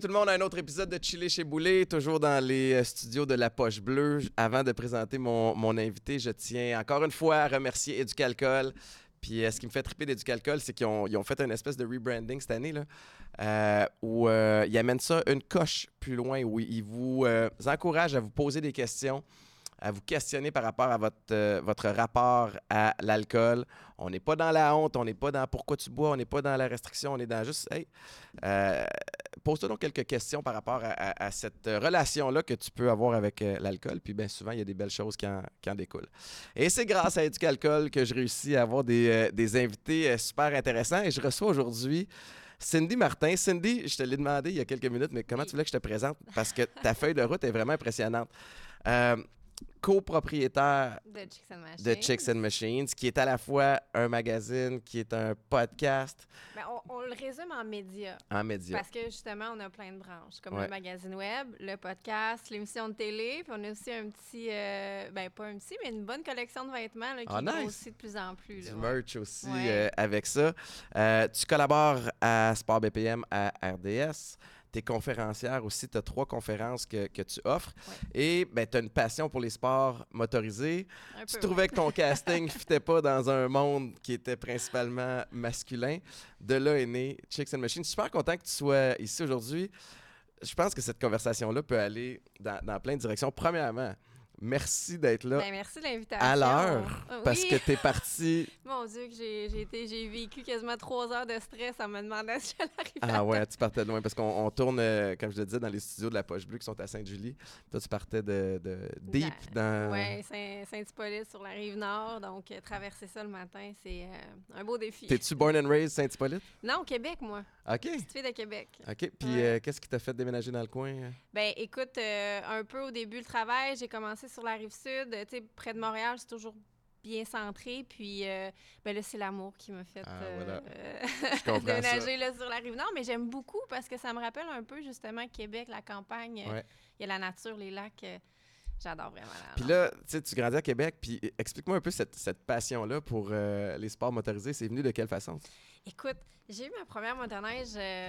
tout le monde à un autre épisode de Chiller chez Boulet, toujours dans les studios de La Poche Bleue. Avant de présenter mon invité, je tiens encore une fois à remercier Éducalcool. Puis ce qui me fait triper d'Éducalcool, c'est qu'ils ont fait une espèce de rebranding cette année, là, où ils amènent ça une coche plus loin, où ils vous encouragent à vous poser des questions, à vous questionner par rapport à votre rapport à l'alcool. On n'est pas dans la honte, on n'est pas dans pourquoi tu bois, on n'est pas dans la restriction, on est dans juste, hey, pose-toi donc quelques questions par rapport à cette relation-là que tu peux avoir avec l'alcool. Puis bien souvent, il y a des belles choses qui en découlent. Et c'est grâce à Éducalcool que je réussis à avoir des invités super intéressants. Et je reçois aujourd'hui Cindy Martin. Cindy, je te l'ai demandé il y a quelques minutes, mais comment tu voulais que je te présente? Parce que ta feuille de route est vraiment impressionnante. Copropriétaire de Chicks and Machines, qui est à la fois un magazine, qui est un podcast. Ben, on le résume en médias. En médias. Parce que justement, on a plein de branches, comme le magazine web, le podcast, l'émission de télé, puis on a aussi un petit, pas un petit, mais une bonne collection de vêtements là, qui grossit de plus en plus. Du merch aussi avec ça. Tu collabores à Sport BPM à RDS. Tu es conférencière aussi, tu as 3 conférences que tu offres. Ouais. Et tu as une passion pour les sports motorisés. Tu trouvais que ton casting ne fitait pas dans un monde qui était principalement masculin. De là est né Chicks and Machines. Je suis super content que tu sois ici aujourd'hui. Je pense que cette conversation-là peut aller dans plein de directions. Premièrement, merci d'être là. Ben, merci de l'invitation. À l'heure, parce que t'es parti. Mon Dieu, que j'ai vécu quasiment 3 heures de stress en me demandant si j'allais arriver. Ah ouais, tu partais de loin, parce qu'on tourne, comme je te disais, dans les studios de La Poche Bleue qui sont à Sainte-Julie. Toi, tu partais de Deep dans... Oui, Saint-Hippolyte sur la Rive-Nord. Donc, traverser ça le matin, c'est un beau défi. T'es-tu born and raised Saint-Hippolyte? Non, au Québec, moi. OK. Petite fille de Québec. OK. Puis, qu'est-ce qui t'a fait déménager dans le coin? Ben, écoute, un peu au début, le travail, j'ai commencé sur la Rive-Sud. Tu sais, près de Montréal, c'est toujours bien centré. Puis, là, c'est l'amour qui m'a fait déménager là, sur la Rive-Nord. Mais j'aime beaucoup parce que ça me rappelle un peu, justement, Québec, la campagne. Il y a la nature, les lacs. J'adore vraiment. Puis là, tu grandis à Québec. Puis, explique-moi un peu cette passion-là pour les sports motorisés. C'est venu de quelle façon? Écoute, j'ai eu ma première motoneige...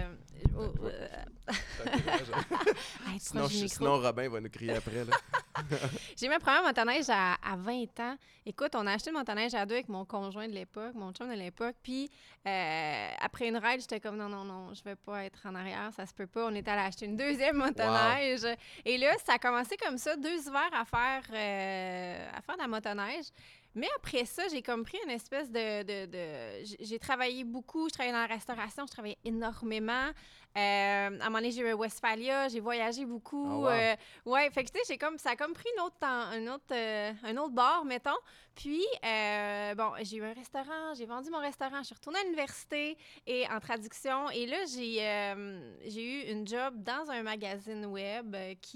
sinon, Robin va nous crier après. Là. J'ai eu ma première motoneige à 20 ans. Écoute, on a acheté une motoneige à 2 avec mon conjoint de l'époque, mon chum de l'époque. Puis, après une ride, j'étais comme non, je vais pas être en arrière, ça se peut pas. On est allé acheter une deuxième motoneige. Wow. Et là, ça a commencé comme ça, 2 hivers à faire de la motoneige. Mais après ça, j'ai comme pris une espèce j'ai travaillé beaucoup, je travaillais dans la restauration, je travaillais énormément. À un moment donné, j'ai eu Westphalia, j'ai voyagé beaucoup. Oh, wow. Fait que tu sais, ça a comme pris un autre bord, mettons. Puis, j'ai eu un restaurant, j'ai vendu mon restaurant, je suis retournée à l'université et en traduction. Et là, j'ai eu une job dans un magazine web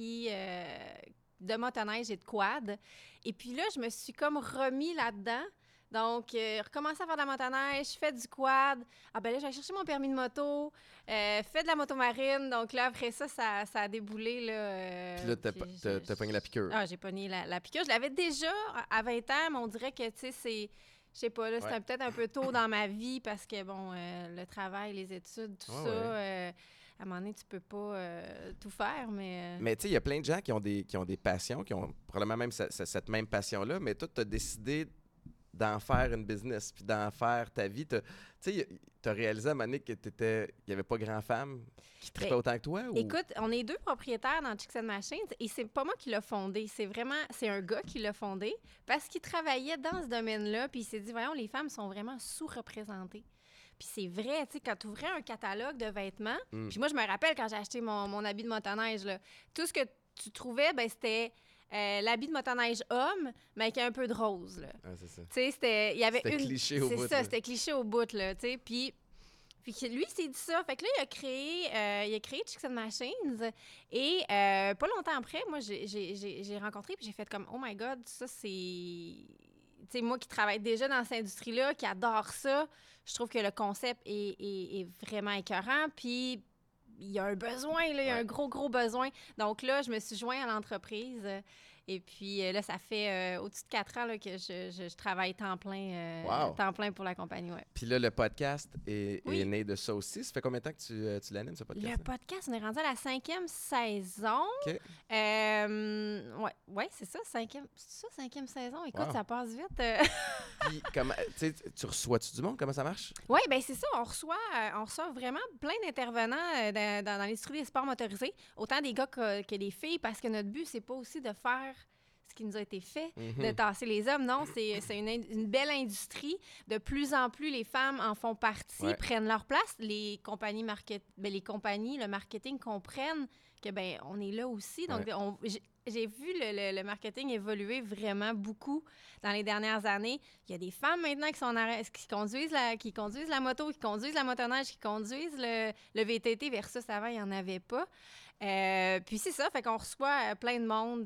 de motoneige et de quad. Et puis là, je me suis comme remis là-dedans. Donc, recommencer à faire de la motoneige, fais du quad. Ah ben là, j'ai cherché mon permis de moto, fait de la moto marine. Donc là, après ça, ça a déboulé. Là, puis là, t'as pogné la piqûre. Ah, j'ai pogné la piqûre. Je l'avais déjà à 20 ans, mais on dirait que, tu sais, c'est... Je sais pas, là, c'était peut-être un peu tôt dans ma vie parce que, le travail, les études, tout ça... à un moment donné, tu peux pas tout faire, mais... Mais tu sais, il y a plein de gens qui ont des passions, qui ont probablement même cette même passion-là, mais toi, tu as décidé d'en faire une business, puis d'en faire ta vie. Tu sais, tu as réalisé à un moment donné qu'il n'y avait pas grand-femme qui trippait autant que toi? Ou... Écoute, on est 2 propriétaires dans Chicks and Machines et c'est pas moi qui l'a fondé. C'est un gars qui l'a fondé parce qu'il travaillait dans ce domaine-là, puis il s'est dit, voyons, les femmes sont vraiment sous-représentées. Puis c'est vrai, tu sais, quand tu ouvrais un catalogue de vêtements, puis moi, je me rappelle quand j'ai acheté mon habit de motoneige, là, tout ce que tu trouvais, c'était l'habit de motoneige homme, mais avec un peu de rose, là. Ah, c'est ça. Tu sais, il y avait c'était cliché au bout. C'est ça, c'était cliché au bout, là, tu sais, puis lui, il s'est dit ça. Fait que là, il a créé Chicks and Machines. Et pas longtemps après, moi, j'ai rencontré puis j'ai fait comme, oh my God, ça, c'est... Tu sais, moi qui travaille déjà dans cette industrie-là, qui adore ça, je trouve que le concept est vraiment écœurant. Puis, il y a un besoin, là, il y a un gros besoin. Donc là, je me suis joint à l'entreprise Et puis là, ça fait au-dessus de 4 ans là, que je travaille Wow. temps plein pour la compagnie. Ouais. Puis là, le podcast est Oui. né de ça aussi. Ça fait combien de temps que tu l'animes, ce podcast? Le podcast, on est rendu à la 5e saison. OK. Ouais, c'est ça, 5e saison. Écoute, Wow. ça passe vite. Puis, tu reçois-tu du monde? Comment ça marche? Oui, bien c'est ça. On reçoit vraiment plein d'intervenants dans l'industrie des sports motorisés, autant des gars que des filles, parce que notre but, c'est pas aussi de faire ce qui nous a été fait, de tasser les hommes. Non, c'est une belle industrie. De plus en plus, les femmes en font partie, prennent leur place. Les compagnies, le marketing comprennent que on est là aussi. Donc, j'ai vu le marketing évoluer vraiment beaucoup dans les dernières années. Il y a des femmes maintenant qui conduisent la moto, qui conduisent la motoneige, qui conduisent le VTT versus avant, il n'y en avait pas. Puis c'est ça, fait qu'on reçoit plein de monde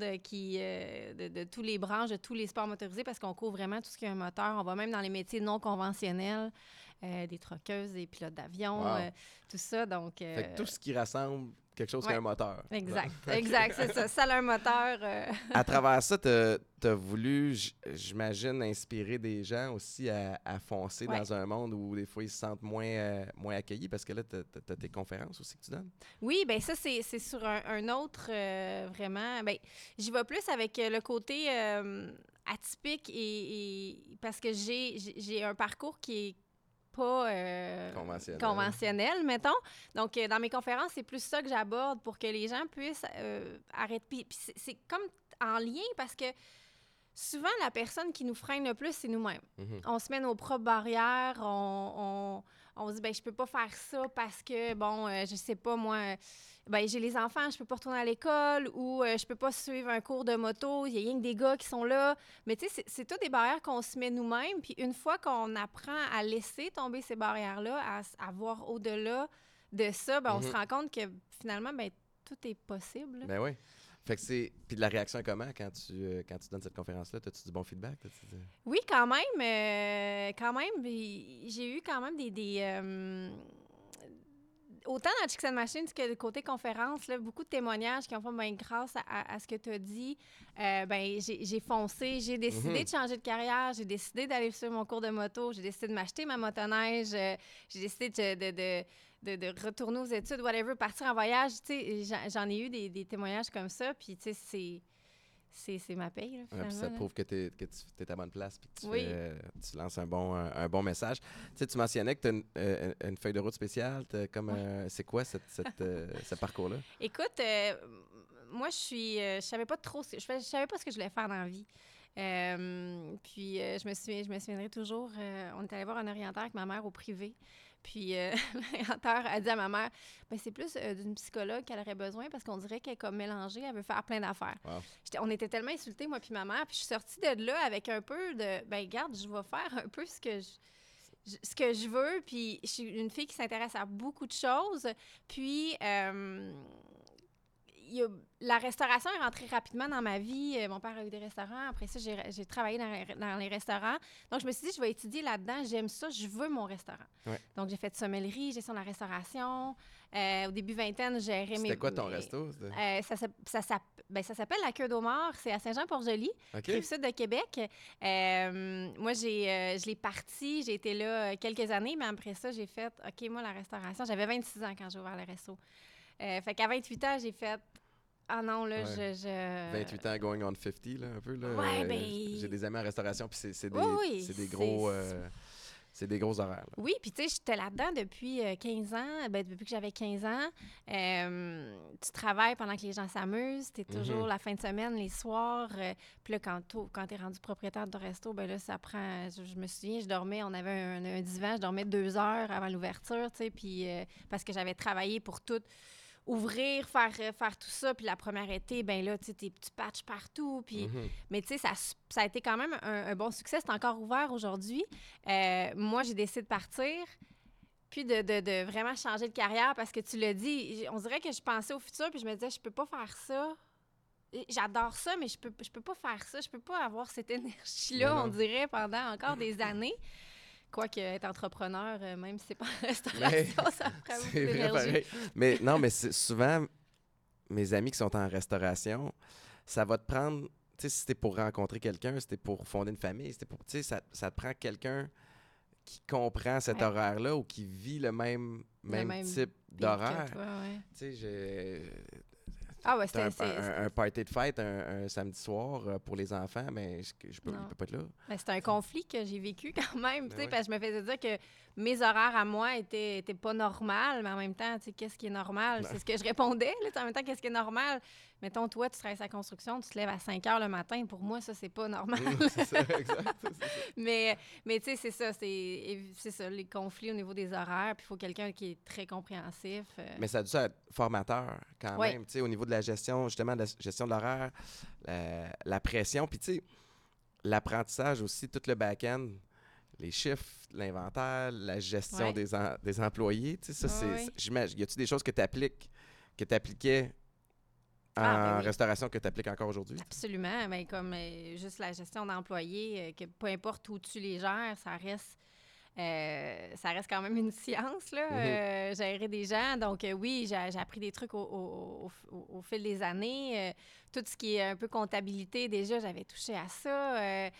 de tous les branches, de tous les sports motorisés parce qu'on couvre vraiment tout ce qui est un moteur. On va même dans les métiers non conventionnels, des truckeuses, des pilotes d'avion, tout ça. Donc, fait que tout ce qui rassemble quelque chose qui a un moteur. Exact, c'est ça. Ça a un moteur. À travers ça, tu as voulu, j'imagine, inspirer des gens aussi à foncer dans un monde où des fois ils se sentent moins accueillis parce que là, tu as tes conférences aussi que tu donnes. Oui, bien ça, c'est sur un autre, vraiment. Bien, j'y vais plus avec le côté atypique et parce que j'ai un parcours qui est pas conventionnel, mettons. Donc, dans mes conférences, c'est plus ça que j'aborde pour que les gens puissent arrêter. Puis c'est comme en lien parce que souvent, la personne qui nous freine le plus, c'est nous-mêmes. On se met nos propres barrières, on se dit, je peux pas faire ça parce que, je sais pas, moi, j'ai les enfants, je peux pas retourner à l'école ou je peux pas suivre un cours de moto, il y a rien que des gars qui sont là. Mais tu sais, c'est toutes des barrières qu'on se met nous-mêmes. Puis une fois qu'on apprend à laisser tomber ces barrières-là, à voir au-delà de ça, on se rend compte que finalement, tout est possible. Ben oui. Fait que c'est. Puis la réaction est comment quand tu donnes cette conférence-là? As-tu du bon feedback? Oui, quand même. J'ai eu quand même des autant dans Chicks and Machines que le côté conférence, là, beaucoup de témoignages qui ont fait grâce à ce que tu as dit. J'ai foncé, j'ai décidé de changer de carrière, j'ai décidé d'aller sur mon cours de moto, j'ai décidé de m'acheter ma motoneige, j'ai décidé de retourner aux études, whatever, partir en voyage. J'en ai eu des témoignages comme ça, puis tu sais, c'est ma paye. Là, puis ça prouve que tu es à bonne place et que tu lances un bon message. Tu mentionnais que tu as une feuille de route spéciale. C'est quoi ce parcours-là? Écoute, moi, je savais pas trop je savais pas ce que je voulais faire dans la vie. Puis, je me souviendrai toujours, on est allé voir un orienteur avec ma mère au privé. Puis, l'orienteur a dit à ma mère, c'est plus d'une psychologue qu'elle aurait besoin parce qu'on dirait qu'elle est comme mélangée, elle veut faire plein d'affaires. Wow. On était tellement insultés, moi puis ma mère, puis je suis sortie de là avec un peu de, regarde, je vais faire un peu ce que je veux, puis je suis une fille qui s'intéresse à beaucoup de choses, puis la restauration est rentrée rapidement dans ma vie. Mon père a eu des restaurants. Après ça, j'ai travaillé dans les restaurants. Donc, je me suis dit, je vais étudier là-dedans. J'aime ça. Je veux mon restaurant. Ouais. Donc, j'ai fait sommellerie, gestion de la restauration. Au début vingtaine, j'ai géré mes... C'était quoi ton resto? Ça s'appelle La Queue d'Homard. C'est à Saint-Jean-Port-Joli, Rive-Sud de Québec. Moi, je l'ai parti. J'ai été là quelques années, mais après ça, j'ai fait, OK, moi, la restauration. J'avais 26 ans quand j'ai ouvert le resto. Fait qu'à 28 ans, j'ai fait... Ah non, là, 28 ans, going on 50, là, un peu, là. Ouais, j'ai des amis en restauration, puis c'est des gros... c'est des gros horaires. Là. Oui, puis tu sais, j'étais là-dedans depuis 15 ans. Depuis que j'avais 15 ans. Tu travailles pendant que les gens s'amusent. Tu es toujours la fin de semaine, les soirs. Puis là, quand tu es rendu propriétaire de ton resto, là, ça prend... Je me souviens, je dormais, on avait un divan, je dormais 2 heures avant l'ouverture, tu sais, puis parce que j'avais travaillé pour tout... ouvrir, faire tout ça, puis la première été, là, tu patches partout, puis... Mais tu sais, ça a été quand même un bon succès. C'est encore ouvert aujourd'hui. Moi, j'ai décidé de partir, puis de vraiment changer de carrière, parce que tu l'as dit, on dirait que je pensais au futur, puis je me disais, je peux pas faire ça. J'adore ça, mais je peux pas faire ça. Je peux pas avoir cette énergie-là, on dirait, pendant encore des années. Quoique être entrepreneur, même si c'est pas en restauration, ça prend beaucoup d'énergie. Mais non, mais souvent, mes amis qui sont en restauration, ça va te prendre... sais, si c'était pour rencontrer quelqu'un, c'était pour fonder une famille, c'était pour, tu sais, ça te prend quelqu'un qui comprend cet Ouais. horaire-là ou qui vit le même même type beat d'horaire. que toi, ouais. Tu sais, Ah ouais, t'as c'était... un party de fête un samedi soir pour les enfants, mais il Non. peut pas être là. Ben, c'est un conflit que j'ai vécu quand même, tu sais, Ouais. parce que je me faisais dire que mes horaires à moi étaient pas normales, mais en même temps, tu sais, qu'est-ce qui est normal? Ouais. C'est ce que je répondais, là, en même temps, qu'est-ce qui est normal? Mettons, toi, tu travailles à la construction, tu te lèves à 5 heures le matin, pour moi, ça, c'est pas normal. C'est ça, exact. C'est ça. mais tu sais, c'est ça, c'est ça, les conflits au niveau des horaires, puis il faut quelqu'un qui est très compréhensif. Mais ça a dû être formateur quand Ouais. même, tu sais, au niveau de la gestion, justement, de la gestion de l'horaire, la pression, puis tu sais, l'apprentissage aussi, tout le back-end, les chiffres, l'inventaire, la gestion Ouais. des employés, tu sais, ça, Ouais. j'imagine, y a-tu des choses que tu appliquais en Ben oui. restauration que tu appliques encore aujourd'hui? Absolument, mais comme juste la gestion d'employés, que peu importe où tu les gères, ça reste quand même une science, là, gérer des gens. Donc, oui, j'ai appris des trucs au fil des années. Tout ce qui est un peu comptabilité, déjà, j'avais touché à ça.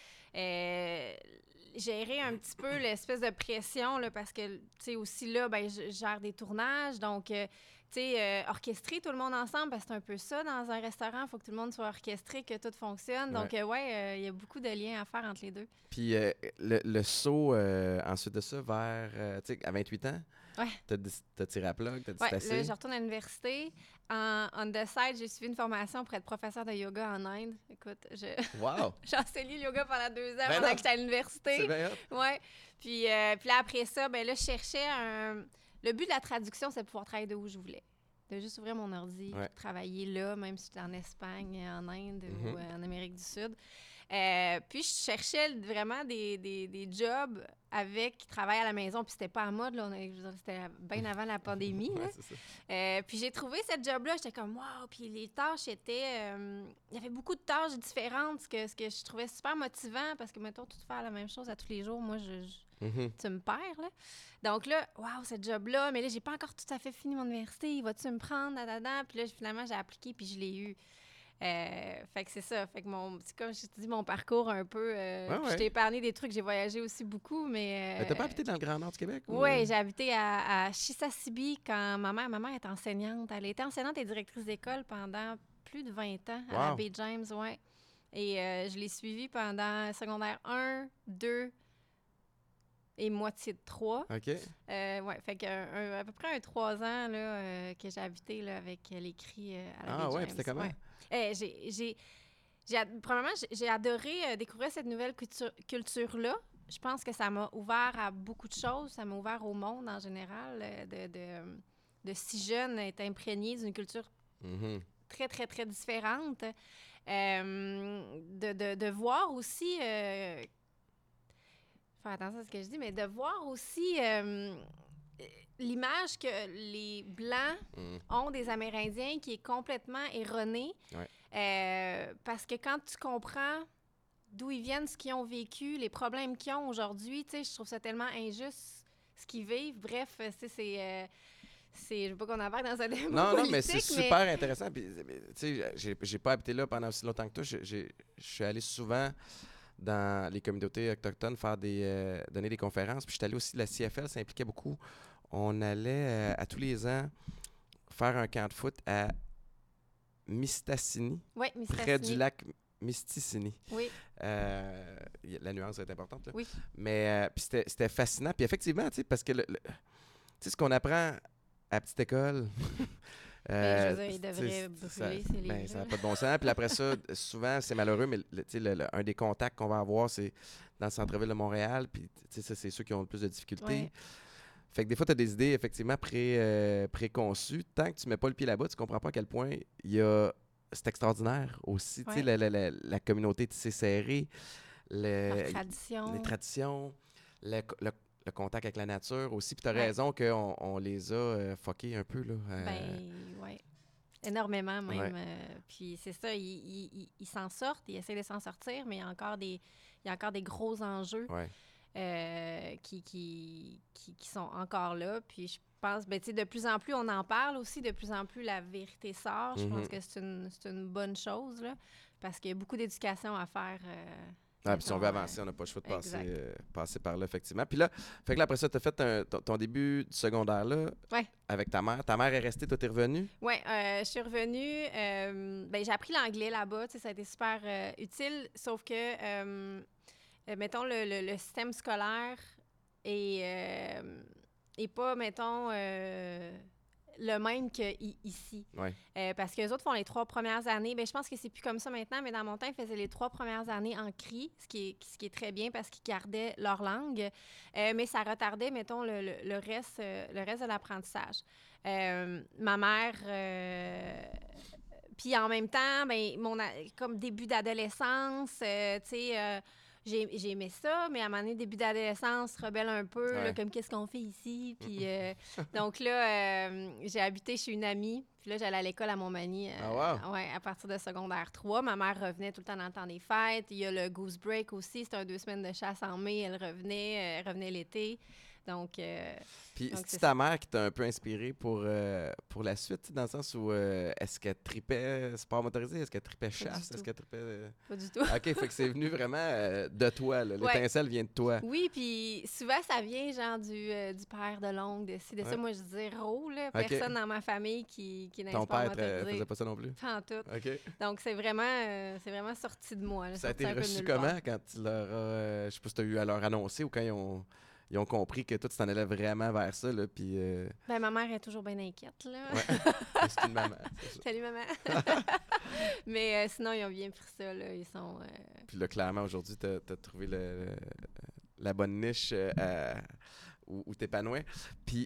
Gérer un petit peu l'espèce de pression, là, parce que, tu sais, aussi là, ben, je gère des tournages. Donc, tu sais, orchestrer tout le monde ensemble, parce que c'est un peu ça, dans un restaurant, il faut que tout le monde soit orchestré, que tout fonctionne. Donc, ouais, il y a beaucoup de liens à faire entre les deux. Puis le saut, ensuite de ça, vers, tu sais, à 28 ans, Ouais. t'as tiré à plug, t'as dit Oui, c'est là, assez. je retourne à l'université. On the side, j'ai suivi une formation pour être professeur de yoga en Inde. Écoute, Wow! j'ai enseigné le yoga pendant 2 ans Ben pendant non! que j'étais à l'université. C'est bien hot. Ouais. Puis là, après ça, ben là, je cherchais un... Le but de la traduction, c'est de pouvoir travailler de où je voulais. De juste ouvrir mon ordi, Ouais. travailler là, même si j'étais en Espagne, en Inde ou en Amérique du Sud. Puis je cherchais vraiment des jobs qui travaillent à la maison, puis c'était pas à mode, là, je veux dire, c'était bien avant la pandémie. Ouais, Là. c'est ça. Puis j'ai trouvé cette job-là, j'étais comme « wow », puis les tâches étaient... il y avait beaucoup de tâches différentes, ce que je trouvais super motivant, parce que, mettons, tout faire la même chose à tous les jours, moi, tu me perds, là. Donc là, wow, cette job-là, mais là, j'ai pas encore tout à fait fini mon université, vas-tu me prendre, Puis là, finalement, j'ai appliqué, puis je l'ai eu. Fait que c'est ça. Fait que c'est comme je te dis, mon parcours un peu. Je t'ai épargné des trucs. J'ai voyagé aussi beaucoup, mais. Mais t'as pas habité dans le Grand Nord du Québec? Oui, j'ai habité à Chisasibi quand ma mère est enseignante. Elle était enseignante et directrice d'école pendant plus de 20 ans à la Baie James, ouais. Et je l'ai suivie pendant secondaire 1, 2 et moitié de 3. OK. Ouais, fait que à peu près 3 ans là, que j'ai habité là, avec les cris à la Baie James. Ah ouais, puis c'était comment? Ouais. Premièrement, j'ai adoré découvrir cette nouvelle culture-là. Je pense que ça m'a ouvert à beaucoup de choses. Ça m'a ouvert au monde en général, de si jeune, être imprégné d'une culture très, très, très différente. De voir aussi... faire attention à ce que je dis, mais de voir aussi l'image que les Blancs ont des Amérindiens qui est complètement erronée. Ouais. Parce que quand tu comprends d'où ils viennent, ce qu'ils ont vécu, les problèmes qu'ils ont aujourd'hui, tu sais, je trouve ça tellement injuste ce qu'ils vivent. Bref, je veux pas qu'on embarque dans un débat Non, politique, mais c'est super intéressant. Puis, tu sais, j'ai pas habité là pendant aussi longtemps que toi. Je suis allé souvent dans les communautés autochtones donner des conférences. Puis, je suis allé aussi, la CFL s'impliquait beaucoup. On allait à tous les ans faire un camp de foot à Mistassini, près du lac Mistassini. Oui. La nuance est importante, là. Oui. Mais puis c'était fascinant. Puis effectivement, tu sais, parce que tu sais, ce qu'on apprend à petite école... je veux dire, ils devraient brûler ces livres. Ça n'a pas de bon sens. Puis après ça, souvent, c'est malheureux, mais un des contacts qu'on va avoir, c'est dans le centre-ville de Montréal. Puis ça, c'est ceux qui ont le plus de difficultés. Ouais. Fait que des fois, tu as des idées effectivement préconçues. Tant que tu mets pas le pied là-bas, tu comprends pas à quel point c'est extraordinaire aussi. Tu sais, la communauté tissée serrée, les traditions, le contact avec la nature aussi. Puis tu as raison qu'on les a fuckés un peu. Là, oui. Énormément même. Puis c'est ça, ils s'en sortent, ils essaient de s'en sortir, mais il y a encore des gros enjeux qui sont encore là. Puis je pense, de plus en plus, on en parle aussi, de plus en plus, la vérité sort. Je pense que c'est une bonne chose, là. parce qu'il y a beaucoup d'éducation à faire. Ah, puis si on veut avancer, on n'a pas le choix de passer par là, effectivement. Puis là, fait que là, après ça, tu as fait ton début du secondaire là, avec ta mère. Ta mère est restée, toi, t'es revenue? Oui, je suis revenue. J'ai appris l'anglais là-bas, ça a été super utile, sauf que, mettons, le système scolaire est pas, mettons, le même qu'ici. Ouais. Parce que les autres font les 3 premières années. Je pense que c'est plus comme ça maintenant, mais dans mon temps, ils faisaient les 3 premières années en CRI, ce qui est très bien parce qu'ils gardaient leur langue. Mais ça retardait, mettons, le reste de l'apprentissage. Ma mère... Puis en même temps, comme début d'adolescence, tu sais... j'ai aimé ça, mais à un moment donné, début d'adolescence, rebelle un peu, là, comme qu'est-ce qu'on fait ici. Puis donc là, j'ai habité chez une amie. Puis là, j'allais à l'école à Montmagny à partir de secondaire 3. Ma mère revenait tout le temps dans le temps des fêtes. Il y a le Goose Break aussi. C'était 2 semaines de chasse en mai. Elle revenait l'été. Donc, puis, c'est ta mère qui t'a un peu inspiré pour la suite, dans le sens où est-ce qu'elle tripait sport motorisé? Est-ce qu'elle tripait chasse? Est-ce qu'elle tripait... Pas du tout. OK, fait que c'est venu vraiment de toi, là. L'étincelle vient de toi. Oui, puis souvent, ça vient genre du père, de l'oncle, de ci, de ça. Moi, je dis zéro, là. Personne dans ma famille qui est dans les sports motorisés. Ton père faisait pas ça non plus? Pas en tout. OK. Donc, c'est vraiment sorti de moi. Là, ça a été reçu comment quand tu leur as... je sais pas si tu as eu à leur annoncer ou quand ils ont compris que toi, tu t'en allais vraiment vers ça, là, puis... ma mère est toujours bien inquiète, là. Ouais. C'est une maman. Salut, maman. Mais sinon, ils ont bien pris ça, là. Ils sont... Puis là, clairement, aujourd'hui, t'as trouvé la bonne niche où t'épanouis. Puis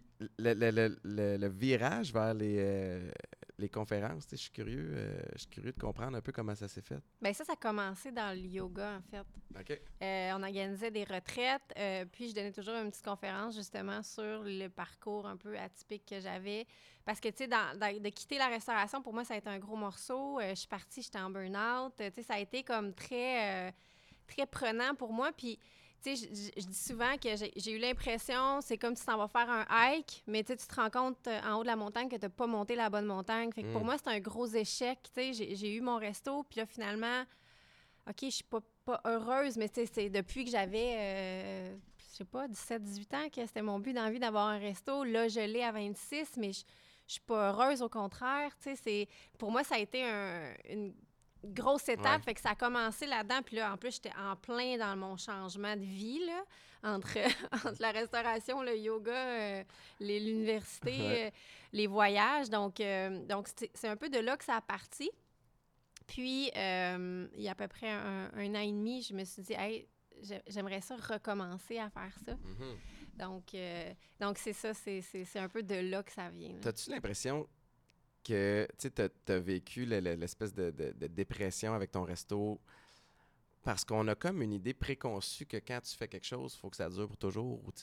le virage vers les conférences, je suis curieux de comprendre un peu comment ça s'est fait. Ça a commencé dans le yoga, en fait. OK. On organisait des retraites, puis je donnais toujours une petite conférence, justement, sur le parcours un peu atypique que j'avais. Parce que, tu sais, de quitter la restauration, pour moi, ça a été un gros morceau. Je suis partie, j'étais en burn-out. Tu sais, ça a été comme très, très prenant pour moi. Puis, tu sais, je dis souvent que j'ai eu l'impression, c'est comme si tu t'en vas faire un hike, mais tu te rends compte en haut de la montagne que tu n'as pas monté la bonne montagne. Fait que pour moi, c'est un gros échec. Tu sais, j'ai eu mon resto, puis là, finalement, OK, je suis pas heureuse, mais c'est depuis que j'avais, je sais pas, 17-18 ans que c'était mon but dans la vie d'avoir un resto. Là, je l'ai à 26, mais je suis pas heureuse, au contraire. Tu sais, pour moi, ça a été une grosse étape, fait que ça a commencé là-dedans. Puis là, en plus, j'étais en plein dans mon changement de vie, là, entre la restauration, le yoga, l'université, les voyages. Donc c'est un peu de là que ça a parti. Puis, il y a à peu près un an et demi, je me suis dit, hey, j'aimerais ça recommencer à faire ça. Mm-hmm. Donc c'est ça, c'est un peu de là que ça vient. T'as-tu l'impression que tu as vécu l'espèce de dépression avec ton resto parce qu'on a comme une idée préconçue que quand tu fais quelque chose, il faut que ça dure pour toujours? Ou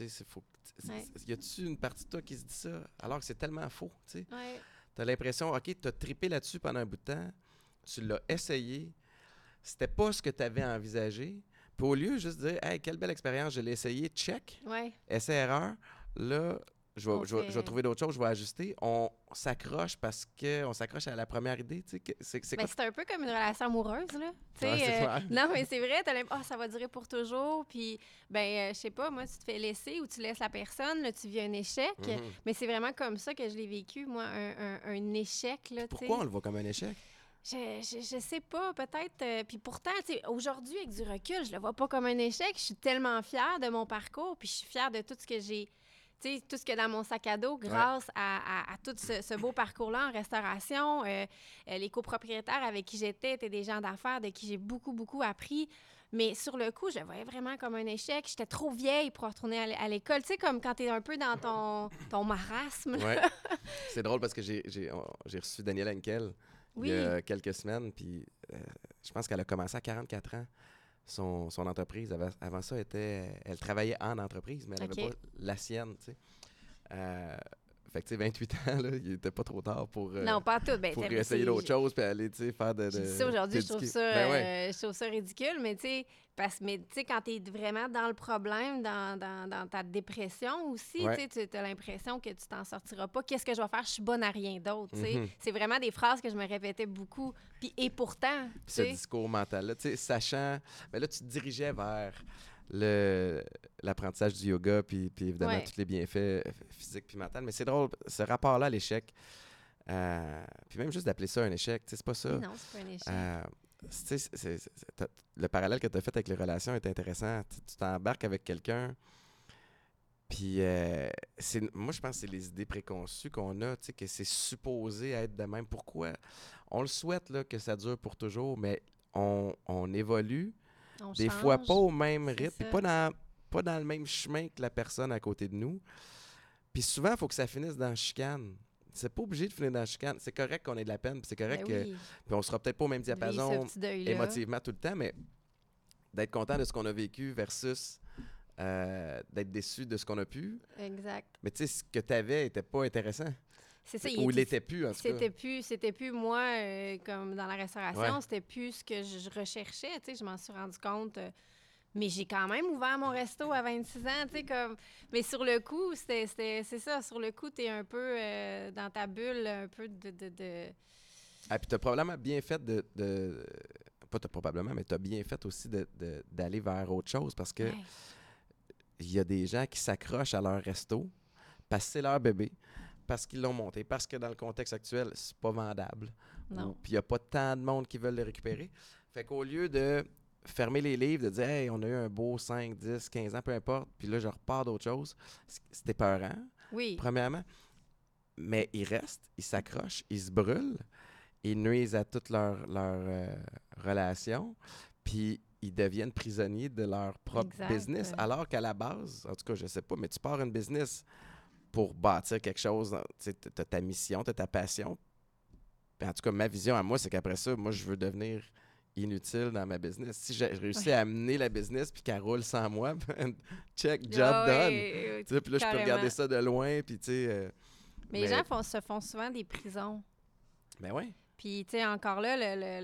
y a-tu une partie de toi qui se dit ça alors que c'est tellement faux? Tu as l'impression, OK, tu as trippé là-dessus pendant un bout de temps, tu l'as essayé, c'était pas ce que tu avais envisagé. Puis au lieu de juste dire, hey, quelle belle expérience, je l'ai essayé, check, essai-erreur, là, je vais trouver d'autres choses, je vais ajuster. On s'accroche parce qu'on s'accroche à la première idée. C'est un peu comme une relation amoureuse, là. Non, mais c'est vrai, t'as l'impression, ça va durer pour toujours. Puis, je sais pas, moi, tu te fais laisser ou tu laisses la personne, là, tu vis un échec. Mm-hmm. Mais c'est vraiment comme ça que je l'ai vécu, moi, un échec. Là, pourquoi on le voit comme un échec? Je sais pas, peut-être. Puis pourtant, aujourd'hui, avec du recul, je le vois pas comme un échec. Je suis tellement fière de mon parcours, puis je suis fière de tout ce que j'ai, tout ce qu'il y a dans mon sac à dos grâce à tout ce beau parcours-là en restauration. Les copropriétaires avec qui j'étais étaient des gens d'affaires de qui j'ai beaucoup, beaucoup appris. Mais sur le coup, je le voyais vraiment comme un échec. J'étais trop vieille pour retourner à l'école. Tu sais, comme quand tu es un peu dans ton marasme. Oui. C'est drôle parce que j'ai reçu Danielle Henkel il y a quelques semaines, puis je pense qu'elle a commencé à 44 ans. Son entreprise, avant ça, elle travaillait en entreprise, mais elle n'avait pas la sienne, tu sais. Fait que, tu sais, 28 ans, là, il était pas trop tard Non, pas tout. Ben, pour essayer d'autres choses puis aller, tu sais, faire de... Je dis ça aujourd'hui, t'éduquer. Ben ouais. je trouve ça ridicule, mais tu sais, mais tu sais, quand t'es vraiment dans le problème, dans ta dépression aussi, Ouais. tu sais, tu as l'impression que tu t'en sortiras pas. Qu'est-ce que je vais faire? Je suis bonne à rien d'autre, tu sais. Mhm. C'est vraiment des phrases que je me répétais beaucoup. Puis, et pourtant, tu Ce sais, discours mental-là, tu sais, sachant... Mais là, tu te dirigeais vers l'apprentissage du yoga, puis évidemment, ouais. tous les bienfaits physiques puis mentaux. Mais c'est drôle, ce rapport-là à l'échec, puis même juste d'appeler ça un échec, tu sais, c'est pas Mais ça. non, c'est pas un échec. Tu sais, le parallèle que tu as fait avec les relations est intéressant. Tu t'embarques avec quelqu'un, puis moi, je pense que c'est les idées préconçues qu'on a, tu sais, que c'est supposé être de même. Pourquoi? On le souhaite là, que ça dure pour toujours, mais on évolue, On des fois change, pas au même c'est rythme, puis ça. pas dans le même chemin que la personne à côté de nous. Puis souvent, il faut que ça finisse dans la chicane. C'est pas obligé de finir dans la chicane. C'est correct qu'on ait de la peine, puis c'est correct Ben que... oui, Puis on sera peut-être pas au même vivre ce diapason petit deuil-là. émotivement tout le temps, mais d'être content de ce qu'on a vécu versus d'être déçu de ce qu'on a pu. Exact. Mais tu sais, ce que tu avais était pas intéressant. C'est ça, Ou il l'était plus, en tout cas. c'était plus moi, comme dans la restauration, Ouais. c'était plus ce que je recherchais, tu sais, je m'en suis rendu compte. Mais j'ai quand même ouvert mon resto à 26 ans, tu sais, comme... Mais sur le coup, c'est ça, sur le coup, t'es un peu dans ta bulle, un peu de... Ah, puis t'as probablement bien fait pas t'as probablement, mais t'as bien fait aussi d'aller vers autre chose parce que Ouais, il y a des gens qui s'accrochent à leur resto parce que c'est leur bébé, parce qu'ils l'ont monté, parce que dans le contexte actuel, c'est pas vendable. non. Puis il n'y a pas tant de monde qui veulent le récupérer. Fait qu'au lieu de fermer les livres, de dire hey, on a eu un beau 5, 10, 15 ans, peu importe, puis là, je repars d'autre chose, c'était peurant, Oui, premièrement. Mais ils restent, ils s'accrochent, ils se brûlent, ils nuisent à toute leur relation, puis ils deviennent prisonniers de leur propre exact. business. Alors qu'à la base, en tout cas, je sais pas, mais tu pars une business pour bâtir quelque chose, tu sais, t'as ta mission, t'as ta passion. Puis en tout cas, ma vision à moi, c'est qu'après ça, moi, je veux devenir inutile dans ma business. Si j'ai réussi Ouais. à amener la business puis qu'elle roule sans moi, ben, check, job Ah done. oui, Tu sais, puis là, je peux carrément. regarder ça de loin, puis tu sais... Mais les gens se font souvent des prisons. Ben ouais. Puis, tu sais, encore là,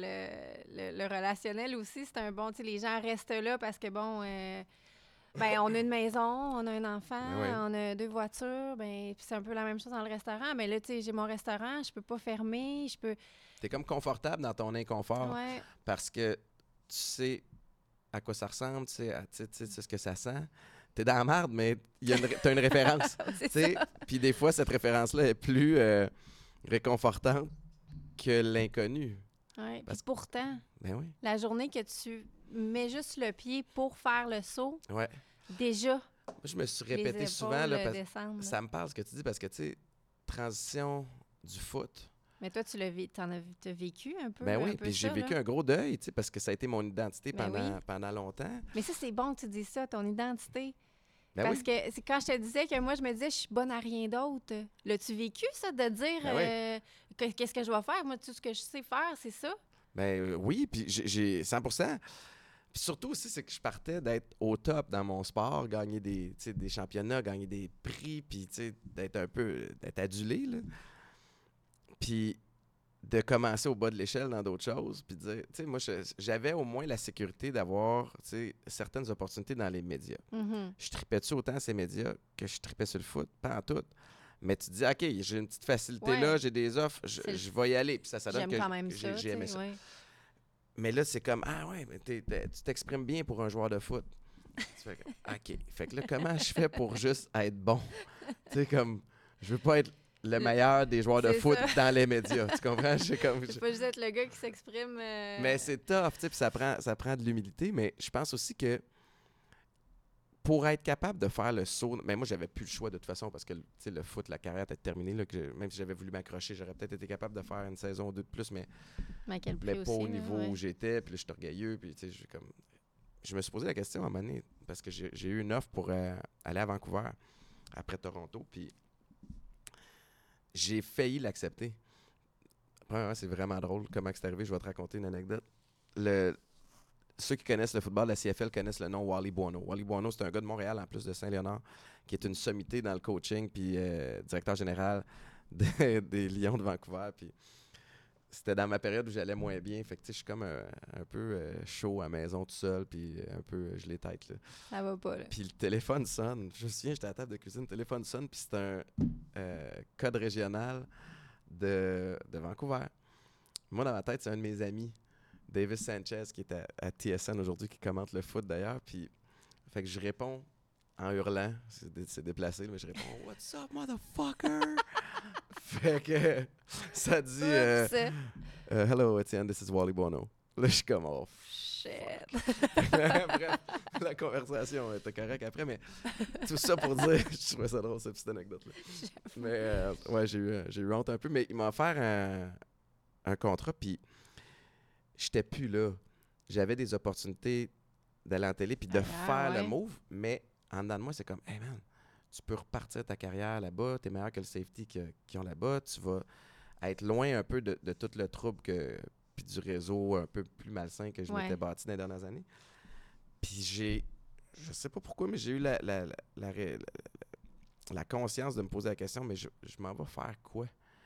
le relationnel aussi, c'est un bon... Tu sais, les gens restent là parce que, bon, ben, on a une maison, on a un enfant, Ben ouais. on a 2 voitures, ben, puis c'est un peu la même chose dans le restaurant. Mais là, tu sais, j'ai mon restaurant, je peux pas fermer, je peux... T'es comme confortable dans ton inconfort Ouais, parce que tu sais à quoi ça ressemble, tu sais ce que ça sent. T'es dans la merde, mais t'as une référence. c'est Tu sais. ça. Puis des fois, cette référence-là est plus réconfortante que l'inconnu. Ouais. Puis Parce- pourtant, Ben oui. la journée que tu mets juste le pied pour faire le saut, Ouais. déjà, Moi, je me suis les répété épaules souvent, là, parce descendent. ça me parle ce que tu dis, parce que, tu sais, transition du foot. Mais toi, t'as vécu un peu, Ben un oui, peu puis j'ai ça, vécu là. un gros deuil, tu sais, parce que ça a été mon identité Ben oui. pendant longtemps. Mais ça, c'est bon que tu dis ça, ton identité. Ben Parce oui. que c'est quand je te disais que moi, je me disais, je suis bonne à rien d'autre. L'as-tu vécu, ça, de dire Ben oui. qu'est-ce que je vais faire? Moi, tout ce que je sais faire, c'est ça. Ben oui, puis j'ai 100%. Puis surtout aussi, c'est que je partais d'être au top dans mon sport, gagner des championnats, gagner des prix, puis d'être adulé, là. Puis de commencer au bas de l'échelle dans d'autres choses, puis de dire, tu sais, moi, j'avais au moins la sécurité d'avoir, tu sais, certaines opportunités dans les médias. Mhm. Je tripais dessus autant ces médias que je tripais sur le foot, pas en tout. Mais tu te dis, OK, j'ai une petite facilité Ouais. là, j'ai des offres, C'est le- je vais y aller. Puis ça donne J'aime que quand même j'ai ça, j'ai aimé tu sais, ça. ouais. Mais là, c'est comme, ah ouais, mais tu t'exprimes bien pour un joueur de foot. Tu fais comme, OK. Fait que là, comment je fais pour juste être bon? Tu sais, comme, je veux pas être le meilleur des joueurs de C'est foot ça. dans les médias. Tu comprends? C'est pas juste être le gars qui s'exprime. Mais c'est tough, tu sais, puis ça prend de l'humilité. Mais je pense aussi que pour être capable de faire le saut, mais moi, j'avais plus le choix de toute façon parce que tu sais, le foot, la carrière était terminée. Là, même si j'avais voulu m'accrocher, j'aurais peut-être été capable de faire une saison ou deux de plus, mais à quel prix pas aussi, au là, niveau ouais. où j'étais. Puis là, je suis orgueilleux. Puis tu sais, je me suis posé la question à un moment donné parce que j'ai eu une offre pour aller à Vancouver après Toronto. Puis j'ai failli l'accepter. Premièrement, c'est vraiment drôle comment c'est arrivé. Je vais te raconter une anecdote. ceux qui connaissent le football, la CFL connaissent le nom Wally Buono. Wally Buono, c'est un gars de Montréal, en plus de Saint-Léonard, qui est une sommité dans le coaching, puis directeur général des Lions de Vancouver. Puis c'était dans ma période où j'allais moins bien. Fait que, tu sais, je suis comme un peu chaud à la maison tout seul, puis un peu gelé tête, là. Ça va pas, là. Puis le téléphone sonne. Je me souviens, j'étais à la table de cuisine, le téléphone sonne, puis c'est un code régional de Vancouver. Moi, dans ma tête, c'est un de mes amis, Davis Sanchez, qui est à TSN aujourd'hui, qui commente le foot d'ailleurs. Puis, fait que je réponds en hurlant. C'est déplacé, mais je réponds « What's up, motherfucker? » Fait que ça dit Hello, Etienne, this is Wally Buono. Là, je suis comme « Oh, shit. » Bref, la conversation était correcte après, mais tout ça pour dire, je trouvais ça drôle, cette petite anecdote-là. Mais ouais, j'ai eu honte un peu, mais il m'a offert un contrat, puis j'étais plus là. J'avais des opportunités d'aller en télé puis de faire le move, mais en dedans de moi, c'est comme, hey man, tu peux repartir ta carrière là-bas, t'es meilleur que le safety qui ont là-bas, tu vas être loin un peu de tout le trouble puis du réseau un peu plus malsain que je m'étais bâti dans les dernières années. Puis je sais pas pourquoi, mais j'ai eu la conscience de me poser la question, mais je m'en vais faire quoi?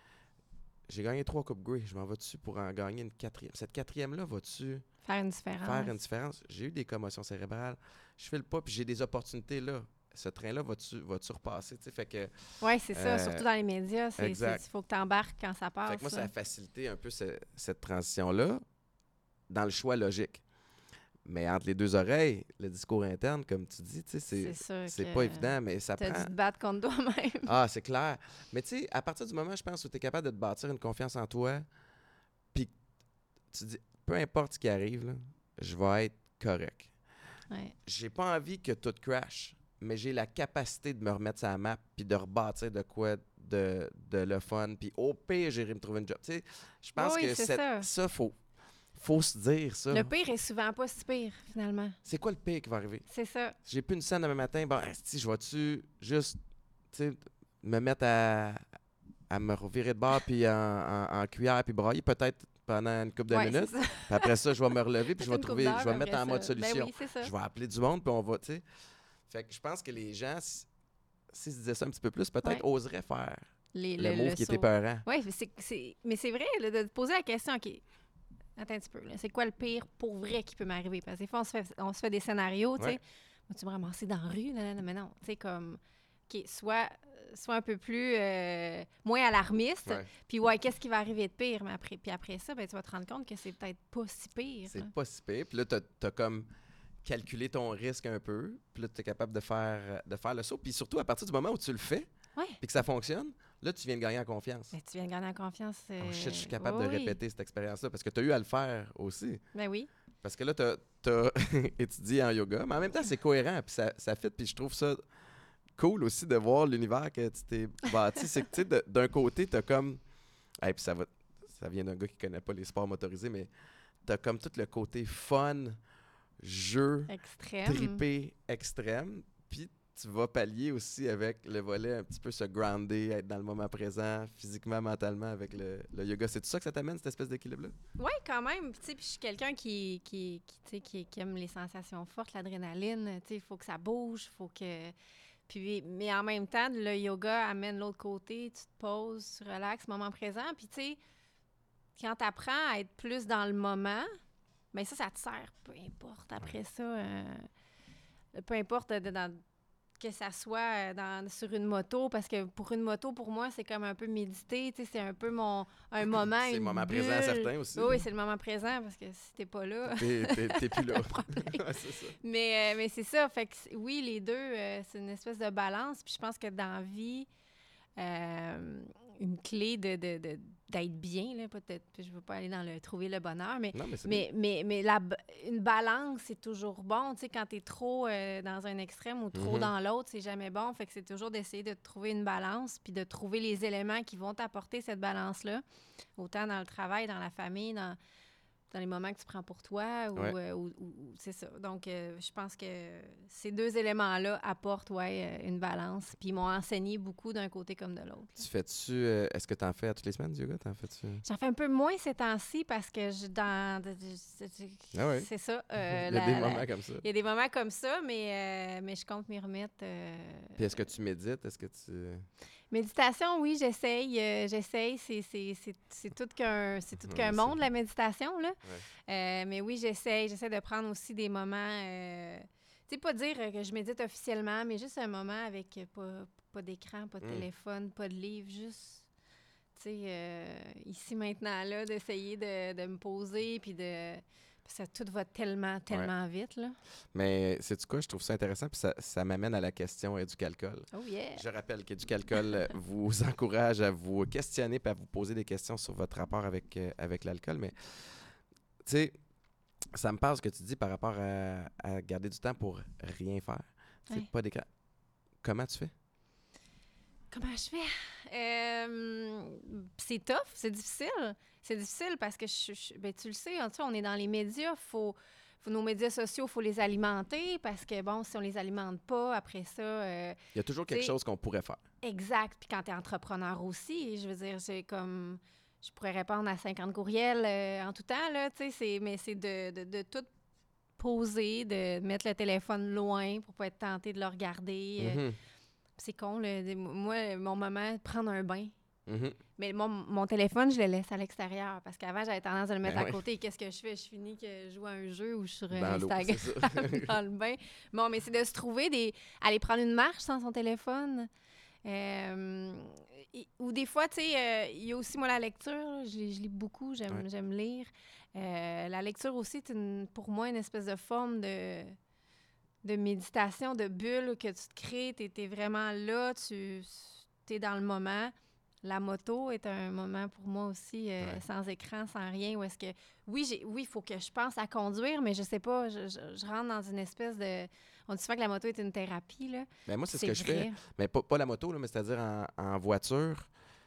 J'ai gagné 3 Coupes Grey. Je m'en vais dessus pour en gagner une 4e. Cette 4e-là, va-tu faire une différence? J'ai eu des commotions cérébrales. Je file pas, puis j'ai des opportunités là. Ce train-là, va-tu repasser? Fait que, oui, c'est ça. Surtout dans les médias. Il faut que tu embarques quand ça passe. Fait que moi, ça a facilité un peu cette transition-là dans le choix logique. Mais entre les deux oreilles, le discours interne, comme tu dis, c'est pas évident, mais ça prend... Tu as dû te battre contre toi-même. Ah, c'est clair. Mais tu sais, à partir du moment, je pense, où tu es capable de te bâtir une confiance en toi, puis tu dis, peu importe ce qui arrive, là, je vais être correct. Ouais. J'ai pas envie que tout crash, mais j'ai la capacité de me remettre sur la map, puis de rebâtir de quoi de le fun, puis au pire, j'irai me trouver une job. Tu sais, je pense que ça, faut se dire ça. Le pire est souvent pas si pire, finalement. C'est quoi le pire qui va arriver? C'est ça. J'ai plus une scène demain matin. Bon, si je vais-tu juste me mettre à me revirer de bord puis en cuillère puis brailler peut-être pendant une couple de minutes. Puis après ça, je vais me relever puis je vais me mettre en mode solution. Ben oui, c'est ça. Je vais appeler du monde puis on va, tu sais. Fait que je pense que les gens, s'ils se disaient ça un petit peu plus, peut-être oseraient faire le move qui était peurant. Oui, mais c'est vrai, là, de te poser la question, OK, attends un petit peu, là, c'est quoi le pire pour vrai qui peut m'arriver? Parce que des fois, on se fait des scénarios, tu sais. Vas-tu me ramasser dans la rue? Non, mais non. Tu sais, comme, OK, soit un peu plus, moins alarmiste. Puis, qu'est-ce qui va arriver de pire? Mais après ça, ben, tu vas te rendre compte que c'est peut-être pas si pire. C'est pas si pire. Puis là, t'as comme calculé ton risque un peu. Puis là, t'es capable de faire le saut. Puis surtout, à partir du moment où tu le fais, puis que ça fonctionne, là, tu viens de gagner en confiance. Ben, tu viens de gagner en confiance. Oh shit, je suis capable de répéter cette expérience-là parce que tu as eu à le faire aussi. Ben oui. Parce que là, tu as étudié en yoga, mais en même temps, c'est cohérent, puis ça fit, puis je trouve ça cool aussi de voir l'univers que tu t'es bâti. C'est que, tu sais, d'un côté, tu as comme... Hey, puis ça vient d'un gars qui connaît pas les sports motorisés, mais tu as comme tout le côté fun, jeu, trippé, extrême, puis tu vas pallier aussi avec le volet un petit peu se grounder, être dans le moment présent, physiquement, mentalement, avec le yoga. C'est tout ça que ça t'amène, cette espèce d'équilibre-là? Oui, quand même. Tu sais, puis je suis quelqu'un qui aime les sensations fortes, l'adrénaline. Tu sais, il faut que ça bouge, faut que... Puis, mais en même temps, le yoga amène l'autre côté. Tu te poses, tu relaxes, moment présent. Puis, tu sais, quand tu apprends à être plus dans le moment, bien ça te sert, peu importe. Après ça, peu importe que ça soit sur une moto, parce que pour une moto, pour moi, c'est comme un peu méditer, tu sais, c'est un peu un moment, c'est le moment présent, certain aussi. Oui, c'est le moment présent, parce que si t'es pas là... T'es plus là. C'est ça. Mais c'est ça, fait que oui, les deux, c'est une espèce de balance, puis je pense que dans la vie, une clé d'être bien, là, peut-être, je ne veux pas aller dans trouver le bonheur, mais une balance, c'est toujours bon. Tu sais, quand tu es trop dans un extrême ou trop dans l'autre, c'est jamais bon. Fait que c'est toujours d'essayer de trouver une balance puis de trouver les éléments qui vont t'apporter cette balance-là, autant dans le travail, dans la famille, dans les moments que tu prends pour toi ou c'est ça. Donc, je pense que ces deux éléments-là apportent une balance. Puis ils m'ont enseigné beaucoup d'un côté comme de l'autre. Tu fais-tu... est-ce que tu en fais à toutes les semaines du yoga? T'en fais-tu? J'en fais un peu moins ces temps-ci parce que Ah ouais. c'est ça. Il y a des moments comme ça. Il y a des moments comme ça, mais je compte m'y remettre. Puis est-ce que tu médites? Est-ce que tu... Méditation, oui, j'essaye. C'est tout qu'un monde, la méditation, là. Ouais. Mais oui, j'essaie de prendre aussi des moments... tu sais, pas dire que je médite officiellement, mais juste un moment avec pas d'écran, pas de téléphone, pas de livre, juste, tu sais, ici, maintenant, là, d'essayer de me poser, puis de... Parce que tout va tellement vite, là. Mais sais-tu quoi? Je trouve ça intéressant, puis ça m'amène à la question Éducalcool. Oh yeah! Je rappelle qu'Éducalcool vous encourage à vous questionner et à vous poser des questions sur votre rapport avec l'alcool. Mais, tu sais, ça me parle ce que tu dis par rapport à garder du temps pour rien faire. Tu sais, pas d'écran. Comment tu fais? Comment je fais? C'est tough, c'est difficile. C'est difficile parce que ben, tu le sais, hein, on est dans les médias, nos médias sociaux, il faut les alimenter parce que, bon, si on les alimente pas, après ça... Il y a toujours quelque chose qu'on pourrait faire. Exact. Puis quand tu es entrepreneur aussi, je veux dire, c'est comme... Je pourrais répondre à 50 courriels en tout temps, là, tu sais, mais c'est de tout poser, de mettre le téléphone loin pour pas être tenté de le regarder. C'est con, moi, mon moment, prendre un bain. Mais mon téléphone, je le laisse à l'extérieur parce qu'avant, j'avais tendance à le mettre à côté. Qu'est-ce que je fais? Je finis que je joue à un jeu ou je suis sur Instagram dans le bain. Bon, mais c'est de se trouver aller prendre une marche sans son téléphone. Ou des fois, tu sais, il y a aussi, moi, la lecture. Là, je lis beaucoup, j'aime lire. La lecture aussi, c'est pour moi une espèce de forme de méditation, de bulle que tu te crées. Tu es vraiment là, tu es dans le moment. La moto est un moment pour moi aussi, sans écran, sans rien. Où est-ce que oui, il faut que je pense à conduire, mais je sais pas, je rentre dans une espèce de... On dit souvent que la moto est une thérapie, là. Mais moi, c'est ce que je fais. Mais pas la moto, là, mais c'est-à-dire en voiture,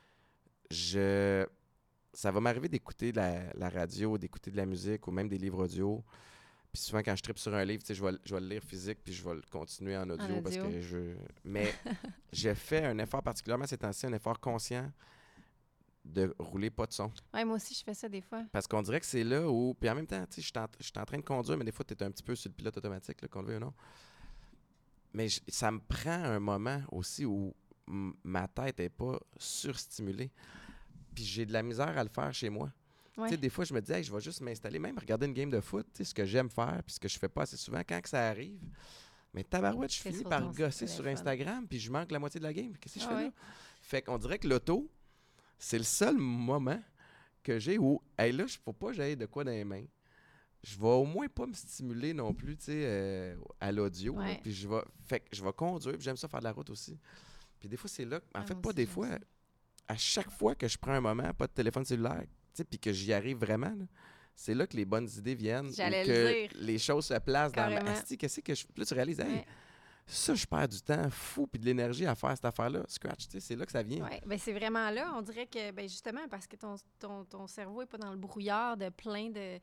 ça va m'arriver d'écouter la radio, d'écouter de la musique ou même des livres audio. Puis souvent, quand je tripe sur un livre, tu sais, je vais le lire physique puis je vais le continuer en audio. Parce que Mais je fais un effort particulièrement ces temps-ci, un effort conscient de rouler pas de son. Oui, moi aussi, je fais ça des fois. Parce qu'on dirait que c'est là où... Puis en même temps, tu sais, je suis en train de conduire, mais des fois, tu es un petit peu sur le pilote automatique, là, qu'on le veuille ou non. Mais ça me prend un moment aussi où ma tête n'est pas surstimulée. Puis j'ai de la misère à le faire chez moi. Tu sais, des fois, je me dis, hey, je vais juste m'installer, même regarder une game de foot, tu sais, ce que j'aime faire, puis ce que je fais pas assez souvent quand que ça arrive. Mais tabarouette, je finis par gosser sur Instagram, puis je manque la moitié de la game. Qu'est-ce que je fais là? Fait qu'on dirait que l'auto, c'est le seul moment que j'ai où, hey, là, faut pas que j'aille de quoi dans les mains. Je vais au moins pas me stimuler non plus, tu sais, à l'audio. Puis je vais conduire, puis j'aime ça faire de la route aussi. Puis des fois, c'est là, en fait, pas des fois, à chaque fois que je prends un moment, pas de téléphone cellulaire, puis que j'y arrive vraiment, là, c'est là que les bonnes idées viennent. Que les choses se placent carrément dans ma... Asti, qu'est-ce que je... Là, tu réalises, hey, ça, je perds du temps fou puis de l'énergie à faire cette affaire-là. Scratch, tu sais, c'est là que ça vient. Oui, bien, c'est vraiment là. On dirait que, ben justement, parce que ton cerveau n'est pas dans le brouillard de plein de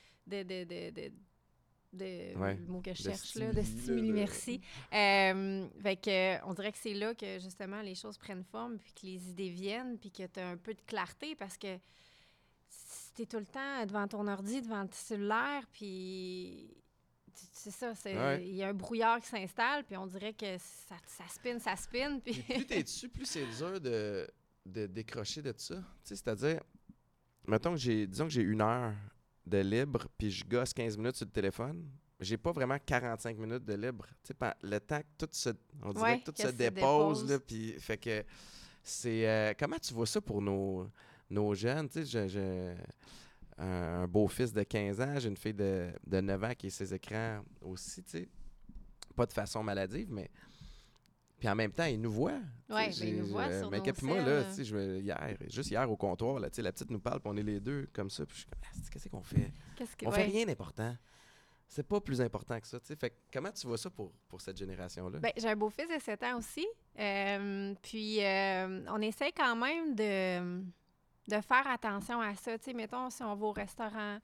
le mot que je cherche, là, de stimuli, merci. Fait que, on dirait que c'est là que, justement, les choses prennent forme, puis que les idées viennent, puis que tu as un peu de clarté, parce que si tu es tout le temps devant ton ordi, devant ton cellulaire, puis c'est ça, il y a un brouillard qui s'installe, puis on dirait que ça spinne. Puis plus t'es dessus, plus c'est dur de décrocher de ça. Tu sais, c'est-à-dire, mettons que disons que j'ai 1 heure de libre, puis je gosse 15 minutes sur le téléphone, j'ai pas vraiment 45 minutes de libre. Tu sais, le temps que on dirait que tout se dépose, là, puis fait que c'est... comment tu vois ça pour nos jeunes? Tu sais, j'ai un beau-fils de 15 ans, j'ai une fille de 9 ans qui a ses écrans aussi, tu sais. Pas de façon maladive, mais... Puis en même temps, ils nous voient. Oui, ils nous voient sur nos puis moi, là, tu sais, juste hier au comptoir, là, tu sais, la petite nous parle, puis on est les deux comme ça, puis je suis comme, qu'est-ce qu'on fait? On fait rien d'important. C'est pas plus important que ça, tu sais. Fait comment tu vois ça pour cette génération-là? Bien, j'ai un beau-fils de 7 ans aussi. Puis on essaie quand même de faire attention à ça. Tu sais, mettons, si on va au restaurant,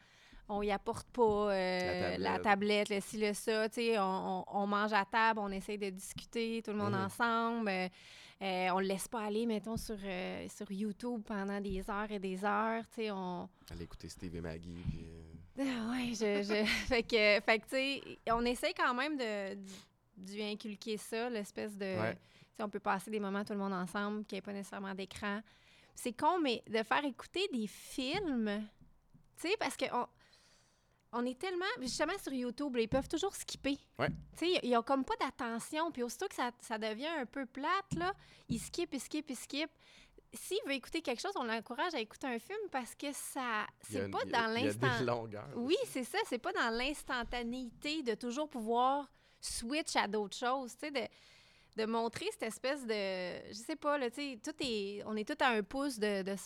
on y apporte pas la tablette, le ci, le ça. Tu sais, on mange à table, on essaye de discuter, tout le monde ensemble. On le laisse pas aller, mettons, sur YouTube pendant des heures et des heures. Tu sais, Aller écouter Steve et Maggie. Puis, ouais, fait que tu sais, on essaye quand même de lui inculquer ça, l'espèce de... Ouais. Tu sais, on peut passer des moments tout le monde ensemble, qu'il n'y ait pas nécessairement d'écran. C'est con, mais de faire écouter des films, tu sais, parce que on est tellement... Justement, sur YouTube, là, ils peuvent toujours skipper. Ouais. Tu sais, ils n'ont comme pas d'attention. Puis aussitôt que ça devient un peu plate, là, ils skippent, ils skippent, ils skippent. S'il veut écouter quelque chose, on l'encourage à écouter un film parce que c'est pas dans l'instant... Il y a des longueurs. Oui, c'est ça. C'est pas dans l'instantanéité de toujours pouvoir switch à d'autres choses, tu sais, de montrer cette espèce de... Je sais pas, là, tu sais, on est tous à un pouce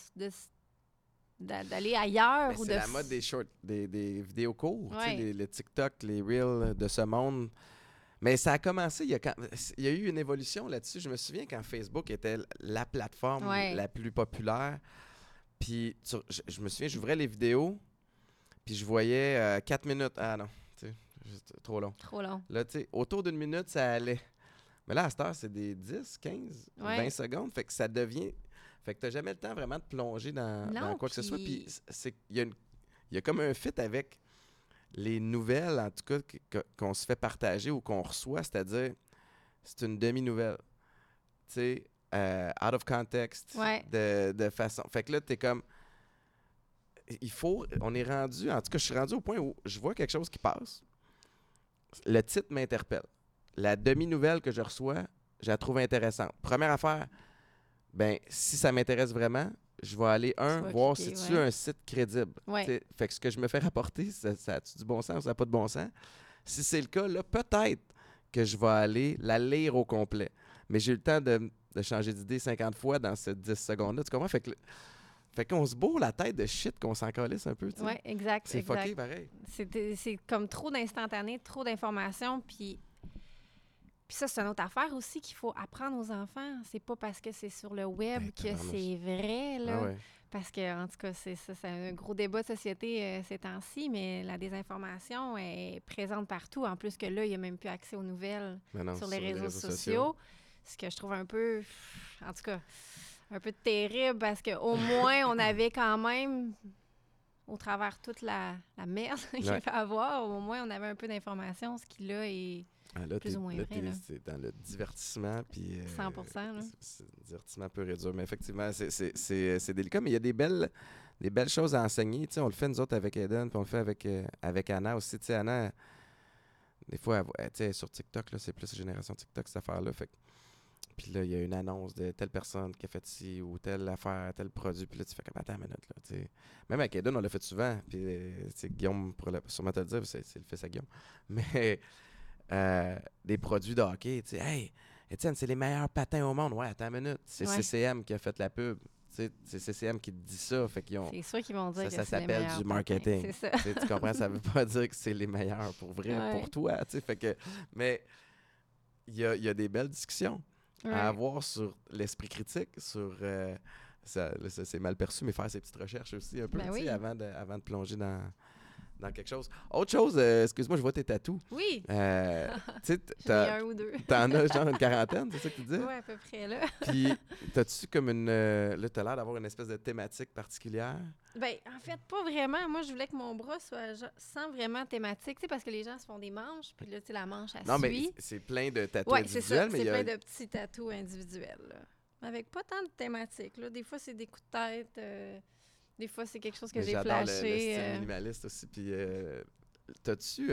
d'aller ailleurs. Ben, ou c'est la mode des shorts, des vidéos courtes, Ouais. tu sais, les TikTok, les Reels de ce monde. Mais ça a commencé, il y a eu une évolution là-dessus. Je me souviens quand Facebook était la plateforme la plus populaire. Puis je me souviens, j'ouvrais les vidéos, puis je voyais 4 minutes. Ah non, tu sais, juste trop long. Trop long. Là, tu sais, autour d'une minute, ça allait. Mais là, à cette heure, c'est des 10, 15, 20 secondes. Fait que ça devient... Fait que t'as jamais le temps vraiment de plonger dans quoi que ce soit. Puis il y a comme un fit avec les nouvelles, en tout cas, qu'on se fait partager ou qu'on reçoit. C'est-à-dire, c'est une demi-nouvelle. Tu sais, out of context, de façon... Fait que là, t'es comme... On est rendu... En tout cas, je suis rendu au point où je vois quelque chose qui passe. Le titre m'interpelle. La demi-nouvelle que je reçois, je la trouve intéressante. Première affaire... Ben, si ça m'intéresse vraiment, je vais aller, voir si tu as un site crédible. Ouais. Fait que ce que je me fais rapporter, ça a-tu du bon sens ou ça n'a pas de bon sens? Si c'est le cas, là, peut-être que je vais aller la lire au complet. Mais j'ai eu le temps de changer d'idée 50 fois dans ces 10 secondes-là. Tu comprends? Fait qu'on se bourre la tête de shit qu'on s'en calisse un peu. Oui, exact. C'est fucké, pareil. C'est comme trop d'instantané, trop d'informations, puis ça, c'est une autre affaire aussi qu'il faut apprendre aux enfants. C'est pas parce que c'est sur le web que c'est vrai, là. Ah ouais. Parce que, en tout cas, c'est un gros débat de société ces temps-ci, mais la désinformation est présente partout. En plus que là, il n'y a même plus accès aux nouvelles sur les réseaux sociaux. Ce que je trouve un peu, en tout cas, un peu terrible parce qu'au moins, on avait quand même, au travers toute la merde qu'il peut avoir, au moins, on avait un peu d'informations, ce qui, là, est... Là, plus ou moins vrai, là. C'est dans le divertissement. Puis, 100%. Là. C'est divertissement pur et dur. Mais effectivement, c'est délicat. Mais il y a des belles choses à enseigner. Tu sais, on le fait, nous autres, avec Eden, puis on le fait avec Anna aussi. Tu sais, Anna, des fois, tu sais, sur TikTok, là, c'est plus génération TikTok, cette affaire-là. Puis là, il y a une annonce de telle personne qui a fait ci ou telle affaire, tel produit. Puis là, tu fais comme, attends une minute. Là, tu sais. Même avec Eden, on l'a fait souvent. Puis, Guillaume pourrait sûrement te le dire, c'est le fils à Guillaume. Mais... des produits de hockey, tu sais, hey, Étienne, c'est les meilleurs patins au monde. Ouais, attends une minute. C'est CCM qui a fait la pub. C'est CCM qui te dit ça. Fait qu'ils ont... C'est sûr qu'ils vont dire que ça c'est les s'appelle meilleurs du patins. marketing. C'est ça. Tu comprends? Ça veut pas dire que c'est les meilleurs pour vrai, pour toi. Fait que, mais il y a des belles discussions à avoir sur l'esprit critique, sur... ça, c'est mal perçu, mais faire ses petites recherches aussi un peu, avant de plonger dans quelque chose. Autre chose, excuse-moi, je vois tes tatous. Oui. Tu sais, j'en ai un ou deux. T'en as genre une quarantaine, c'est ça que tu dis? Oui, à peu près, là. Puis, t'as-tu comme une... là, t'as l'air d'avoir une espèce de thématique particulière? Ben, en fait, pas vraiment. Moi, je voulais que mon bras soit sans vraiment thématique, tu sais, parce que les gens se font des manches, puis là, tu sais, la manche, elle Non, suit. mais c'est plein de tatous individuels. Oui, c'est ça. mais C'est plein de petits tatous individuels, là. Avec pas tant de thématiques, là. Des fois, c'est des coups de tête... Des fois, c'est quelque chose que j'ai flashé. J'adore le style minimaliste aussi. Puis, t'as-tu...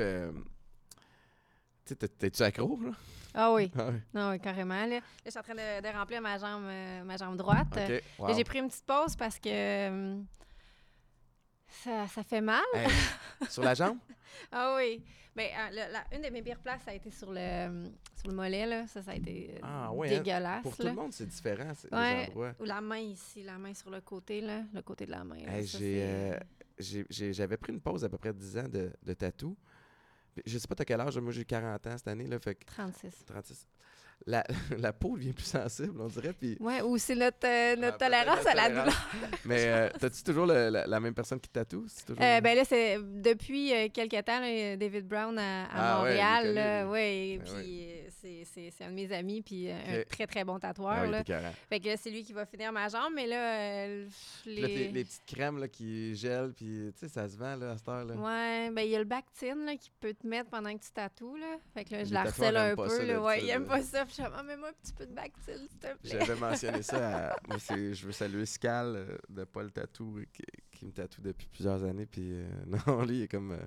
t'es-tu accro, là? Ah oui. Non, oui, carrément. Là, je suis en train de remplir ma jambe droite. OK. Wow. Là, j'ai pris une petite pause parce que ça fait mal. Hey, sur la jambe? Ah oui. Ben, une de mes pires places, ça a été sur le mollet. Là. Ça a été dégueulasse. Pour tout le monde, c'est différent, les endroits. Ou la main ici, la main sur le côté, là, le côté de la main. Hey, j'avais pris une pause à peu près 10 ans de tatou. Je sais pas t'as quel âge, moi j'ai 40 ans cette année. Là, fait que 36. la, la peau devient plus sensible, on dirait. Puis, Ouais, ou c'est notre peut-être tolérance la à la tolérance. douleur. Mais t'as-tu toujours la même personne qui te tatoue? C'est toujours... Ben là, c'est depuis quelques temps, là, David Brown à Ah ouais, il est Montréal. connu, là, lui. ouais, Ben puis c'est un de mes amis, puis un Ok. très, très bon Ah tatoueur. ouais, il là. était écœurant. Fait que là, c'est lui qui va finir ma jambe, mais là, Puis là, les petites crèmes là, qui gèlent, puis tu sais, ça se vend là, à cette heure. Là. Ouais, ben il y a le Bactine là, qui peut te mettre pendant que tu tatoues, là. Fait que là, je Les la tatoueurs harcèle un aiment pas peu, ça, là. Ouais, d'habitude, il aime là. pas ça. Puis je suis comme, ah, mets-moi un petit peu de Bactine, s'il te plaît. J'avais mentionné ça à... Moi, je veux saluer Scal de Paul Tatou qui me tatoue depuis plusieurs années. Puis non, lui, il est comme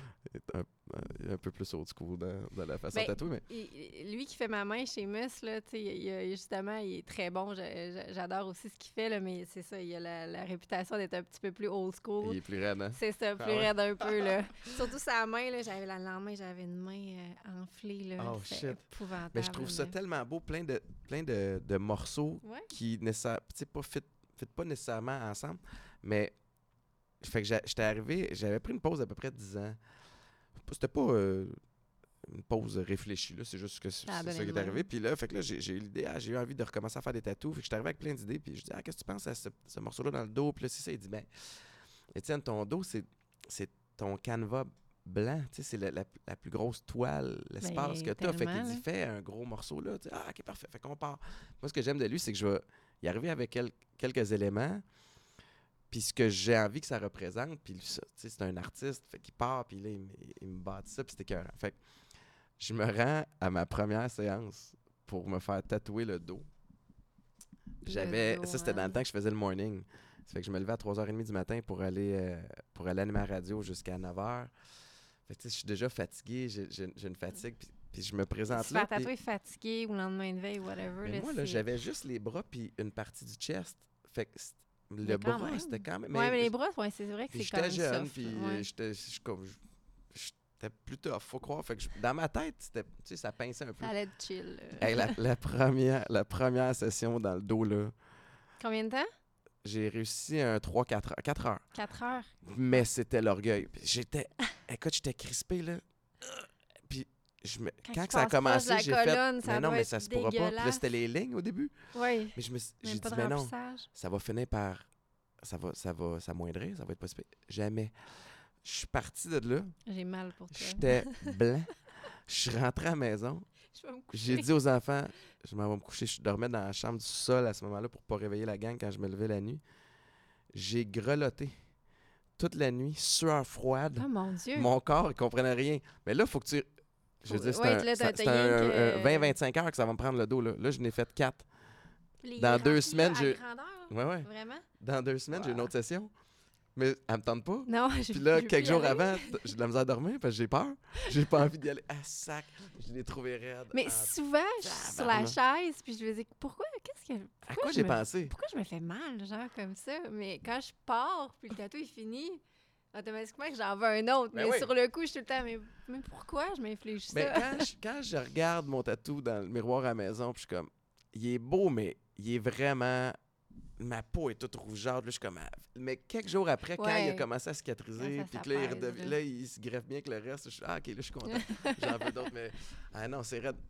un peu plus old school dans la façon Ben, de tatouer. Mais lui qui fait ma main chez Mus, là, tu sais, justement, il est très bon. J'adore aussi ce qu'il fait, là, mais c'est ça, il a la réputation d'être un petit peu plus old il school. est plus raide, hein? C'est ça, plus Ah ouais? raide un peu, là. Surtout sa main, là, le lendemain, j'avais une main enflée, là. Oh, C'est shit. épouvantable. Mais je trouve ça mais- tellement beau, plein de morceaux Ouais. qui nécessairement, tu sais, pas fit pas nécessairement ensemble. Mais fait que j'étais arrivé, j'avais pris une pause d'à peu près 10 ans. C'était pas une pause réfléchie, là. C'est juste que c'est Ça a donné ça qui de est même. arrivé. Puis là, fait que là, j'ai eu l'idée, j'ai eu envie de recommencer à faire des tatous. Fait que j'étais arrivé avec plein d'idées. Puis je dis, qu'est-ce que tu penses à ce morceau-là dans le dos? Puis là, c'est ça. Il dit, ben, Étienne, ton dos, c'est ton canevas blanc. Tu sais, c'est la plus grosse toile, l'espace que tu as. Fait qu'il tellement, dit, là. fais un gros morceau là. Tu sais, ok, parfait. Fait qu'on part. Moi, ce que j'aime de lui, c'est que je vais y arriver avec quelques éléments. Puis ce que j'ai envie que ça représente, puis ça, tu sais, c'est un artiste, fait qu'il part, puis là, il me bâtit ça, puis c'était écœurant. Fait que je me rends à ma première séance pour me faire tatouer le dos. Le dos, Ça, c'était dans hein. le temps que je faisais le morning. Ça fait que je me levais à 3h30 du matin pour aller animer à la radio jusqu'à 9h. Fait que tu sais, je suis déjà fatigué, j'ai une fatigue, puis je me présente Se là. faire puis- tatouer fatigué ou le lendemain de veille, whatever. mais là, moi, là, c'est- j'avais juste les bras puis une partie du chest. Fait que le Mais quand bras, même. c'était quand même... Ouais, mais les bras, ouais, c'est vrai que Puis c'est quand j'étais même jeune, soft, puis là, ouais. j'étais plus tough, faut croire. Fait que dans ma tête, tu sais, ça pinçait un peu. Ça allait être chill. Hey, la première session dans le dos, là, Combien de temps? j'ai réussi un 4 heures. 4 heures. Mais c'était l'orgueil. Puis écoute, j'étais crispé, là. Puis quand il que ça a passe proche de commencé, la j'ai fait... colonne, ça Mais non, doit mais être ça se pourra pas. Puis là, dégueulasse. c'était les lignes au début. Oui. Mais j'ai Même dit, pas de mais non, remplissage. ça va finir par... Ça va s'amoindrir, ça va être pas si pire. Jamais. Je suis parti de là. J'ai mal pour toi. J'étais blanc. Je suis rentré à la maison. Je vais me coucher. J'ai dit aux enfants, je m'en vais me coucher. Je dormais dans la chambre du sol à ce moment-là pour pas réveiller la gang quand je me levais la nuit. J'ai grelotté toute la nuit, sueur froide. Oh mon Dieu. Mon corps, il comprenait rien. Mais là, il faut que tu... Je veux dire, c'est Ouais, un, là, ça- t'as c'est un rien que- 20-25 heures que ça va me prendre le dos. Là, je n'ai fait 4. Les dans 2 remplis semaines, à j'ai- grandeur, Ouais, ouais. Vraiment? Dans 2 semaines, j'ai une Wow. autre session. Mais elle me tente pas. Non, Puis là, je veux quelques y jours aller. avant, j'ai de la misère à dormir parce que j'ai peur. J'ai pas envie d'y aller. Ah, sac! Je l'ai trouvé raide. Mais Ah, souvent, je suis sur la chaise, puis je me dis, pourquoi, à quoi je j'ai me- pensé? pourquoi je me fais mal, genre, comme ça? Mais quand je pars, puis le tatou est fini, automatiquement, j'en veux un autre. Ben mais oui. sur le coup, je suis tout le temps, mais pourquoi je m'inflige ça? Mais quand je regarde mon tatou dans le miroir à la maison, puis je suis comme, il est beau, mais il est vraiment... Ma peau est toute rougeâtre. Là, je suis comme... Mais quelques jours après, quand il a Ouais. commencé à cicatriser, Quand puis ça que là, s'apaise, là. là, il se greffe bien que le reste, je suis OK, là, je suis content. J'en veux d'autres, mais... Ah non, c'est raide.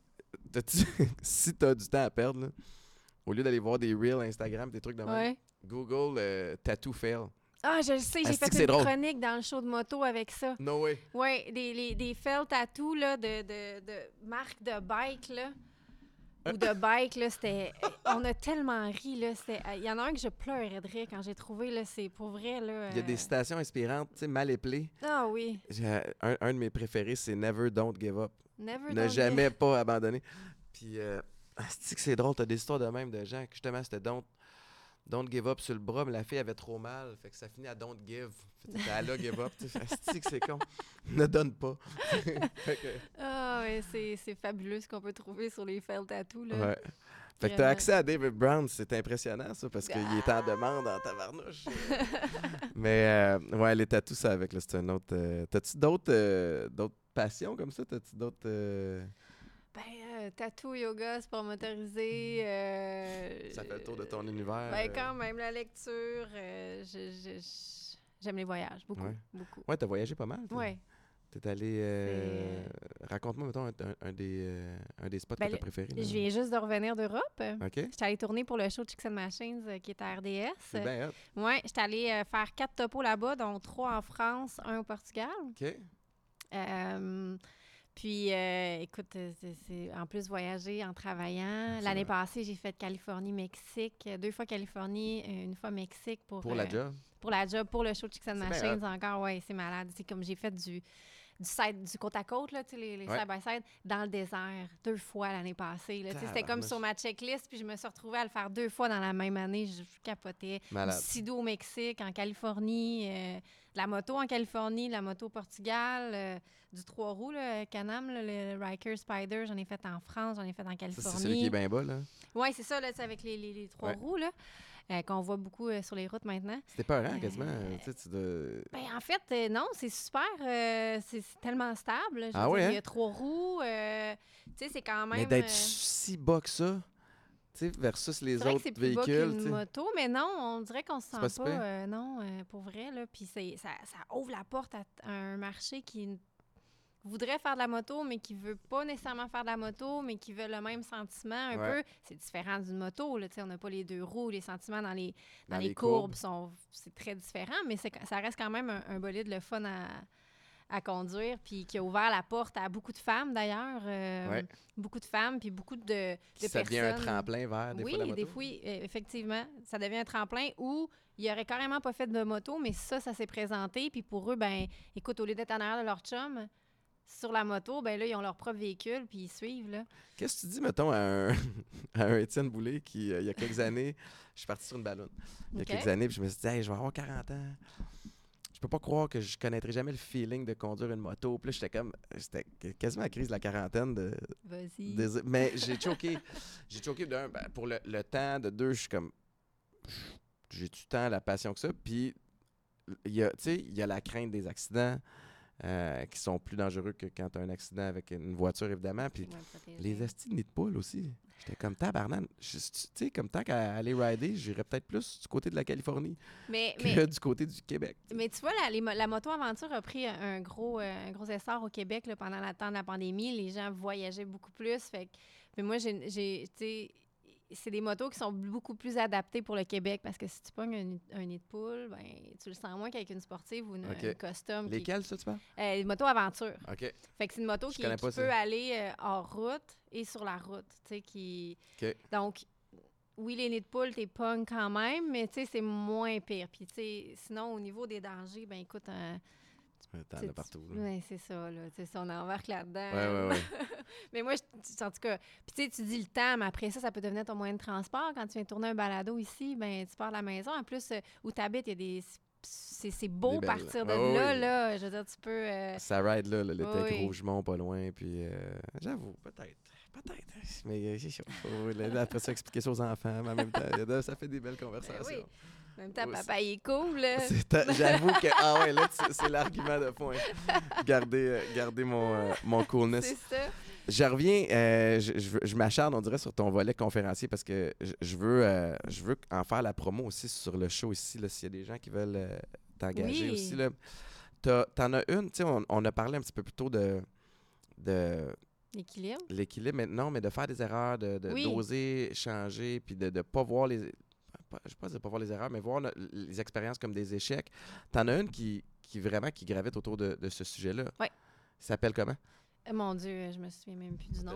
Si t'as du temps à perdre, là, au lieu d'aller voir des reels Instagram, des trucs de même, Ouais. Google tattoo fail. Ah, je le sais, j'ai Asti fait que c'est une drôle. chronique dans le show de moto avec ça. No way. Oui, des fail tattoos là, de marques de bike, là. Ou de bike, là, c'était... On a tellement ri, là. Il y en a un que je pleurais de rire quand j'ai trouvé, là. C'est pour vrai, là. Il y a des citations inspirantes, tu sais, mal éplées. Ah oui. Un de mes préférés, c'est Never Don't Give Up. Never Ne don't jamais pas abandonner. Puis, c'est que c'est drôle, t'as des histoires de même de gens que justement c'était don't give up sur le bras, mais la fille avait trop mal, fait que ça finit à don't give. Fait que c'était à la give up. C'est que c'est con. Ne donne pas. Fait que, Ah oui, c'est fabuleux ce qu'on peut trouver sur les fail tattoos, là. ouais. Fait que t'as Vraiment. accès à David Brown, c'est impressionnant ça, parce qu'il est en demande en tabarnouche. Mais ouais, les tatous, ça avec, là, c'est un autre. T'as-tu d'autres passions comme ça? T'as-tu d'autres. Tattoo, yoga, sport motorisé. Ça fait le tour de ton univers. Ben, quand même, la lecture. J'aime les voyages, beaucoup. Ouais. Beaucoup. Ouais, t'as voyagé pas mal. toi. Ouais. T'es allé... Raconte-moi, mettons, un des spots Ben, que t'as préférés. Je viens juste de revenir d'Europe. OK. J'étais allée tourner pour le show Chicks and Machines qui est à RDS. C'est bien hot. Oui, j'étais allée faire 4 topos là-bas, dont 3 en France, 1 au Portugal. OK. Puis, écoute, c'est en plus voyager en travaillant. C'est L'année vrai. passée, j'ai fait Californie-Mexique, 2 fois Californie, 1 fois Mexique Pour la job. pour la job, pour le show Chicks and C'est bien Machines encore. Ouais, c'est malade. C'est comme j'ai fait du côte à côte, là, tu sais, les Ouais. side-by-side, dans le désert, 2 fois l'année passée. Là, tu sais, c'était comme Tabarnouche. sur ma checklist, puis je me suis retrouvée à le faire 2 fois dans la même année. Je capotais. Malade. Sido au Mexique, en Californie, de la moto en Californie, de la moto au Portugal, du 3 roues, là, Can-Am, là, le Riker Spider, j'en ai fait en France, j'en ai fait en Ça, Californie. c'est celui qui est bien bas, là. Oui, c'est ça, là, c'est avec les 3 Ouais. roues, là, qu'on voit beaucoup sur les routes maintenant. C'était peurant, quasiment. Tu sais, Ben, en fait, non, c'est super. C'est tellement stable. Je veux Ah dire, ouais, il hein? y a 3 roues. Tu sais, c'est quand même. Mais d'être si bas que ça, tu sais, versus les c'est vrai que autres c'est plus bas véhicules, qu'une tu sais. moto, mais non, on dirait qu'on se C'est pas sent si pas. pire? Non, pour vrai, là. Puis ça ouvre la porte à un marché qui voudrait faire de la moto, mais qui veut pas nécessairement faire de la moto, mais qui veut le même sentiment un Ouais. peu. C'est différent d'une moto, là. Tu sais, on n'a pas les 2 roues, les sentiments dans Dans les les courbes, courbes. c'est très différent, mais ça reste quand même un bolide le fun à conduire, puis qui a ouvert la porte à beaucoup de femmes, d'ailleurs. Ouais. Beaucoup de femmes, puis beaucoup de Ça devient un personnes. tremplin vers des Oui, fois la moto. des fois, oui, effectivement. Ça devient un tremplin où il aurait carrément pas fait de moto, mais ça s'est présenté. Puis pour eux, ben, écoute, au lieu d'être en arrière de leur chum, sur la moto, ben là, ils ont leur propre véhicule, puis ils suivent, là. Qu'est-ce que tu dis, mettons, à un, à un Étienne Boulay qui, il y a quelques années, je suis parti sur une ballonne. Il y a OK. quelques années, puis je me suis dit, hey, je vais avoir 40 ans. Je peux pas croire que je connaîtrais jamais le feeling de conduire une moto. Puis là, c'était quasiment la crise de la quarantaine. Vas-y. Mais j'ai choqué. J'ai choqué d'un, ben, pour le temps, de deux, je suis comme, j'ai-tu tant la passion que ça? Puis, tu sais, il y a la crainte des accidents qui sont plus dangereux que quand tu as un accident avec une voiture, évidemment. Puis, C'est moins protégé. les estis de nid de poule aussi. J'étais comme tabarnane. Tu sais, comme tant qu'à aller rider, j'irais peut-être plus du côté de la Californie que du côté du Québec. Mais tu vois, la moto-aventure a pris un gros essor au Québec là, pendant le temps de la pandémie. Les gens voyageaient beaucoup plus. Mais moi, tu sais, c'est des motos qui sont beaucoup plus adaptées pour le Québec parce que si tu pognes un nid de poule, ben, tu le sens moins qu'avec une sportive ou une custom. Lesquelles, ça, tu parles? Les motos aventure. OK. Fait que c'est une moto qui connais pas peut ça. aller hors route et sur la route. Tu sais, OK. Donc, oui, les nids de poule, t'es pognes quand même, mais tu sais, c'est moins pire. Puis, tu sais, sinon, au niveau des dangers, ben écoute, T'en as partout. Là. oui, c'est ça, là. Tu sais, si on embarque là-dedans. Ouais. Mais moi, en tout cas, puis tu sais, tu dis le temps, mais après ça peut devenir ton moyen de transport. Quand tu viens tourner un balado ici, ben tu pars de la maison. En plus, où tu habites, il y a des... C'est beau Des belles. partir de Ah là, oui. là. Je veux dire, tu peux... Ça ride là, le oui. Tech Rougemont, pas loin. Puis, j'avoue, peut-être. Mais c'est chaud. Après ça, expliquer ça aux enfants. Mais en même temps, ça fait des belles conversations. oui. En même temps, Oui, papa, il est cool, là. J'avoue que, ah ouais, là, c'est l'argument de fond. Garder mon coolness. C'est ça. Je reviens, je m'acharne, on dirait, sur ton volet conférencier parce que je veux en faire la promo aussi sur le show ici, là, s'il y a des gens qui veulent t'engager Oui. aussi. Là. T'en as une, tu sais, on a parlé un petit peu plus tôt de L'équilibre. l'équilibre, mais de faire des erreurs, Oui. d'oser changer, puis de ne pas voir les... Je pense de pas voir les erreurs, mais voir les expériences comme des échecs. T'en as une qui gravite autour de ce sujet-là. Oui. Ça s'appelle comment? Mon Dieu, je me souviens même plus du nom.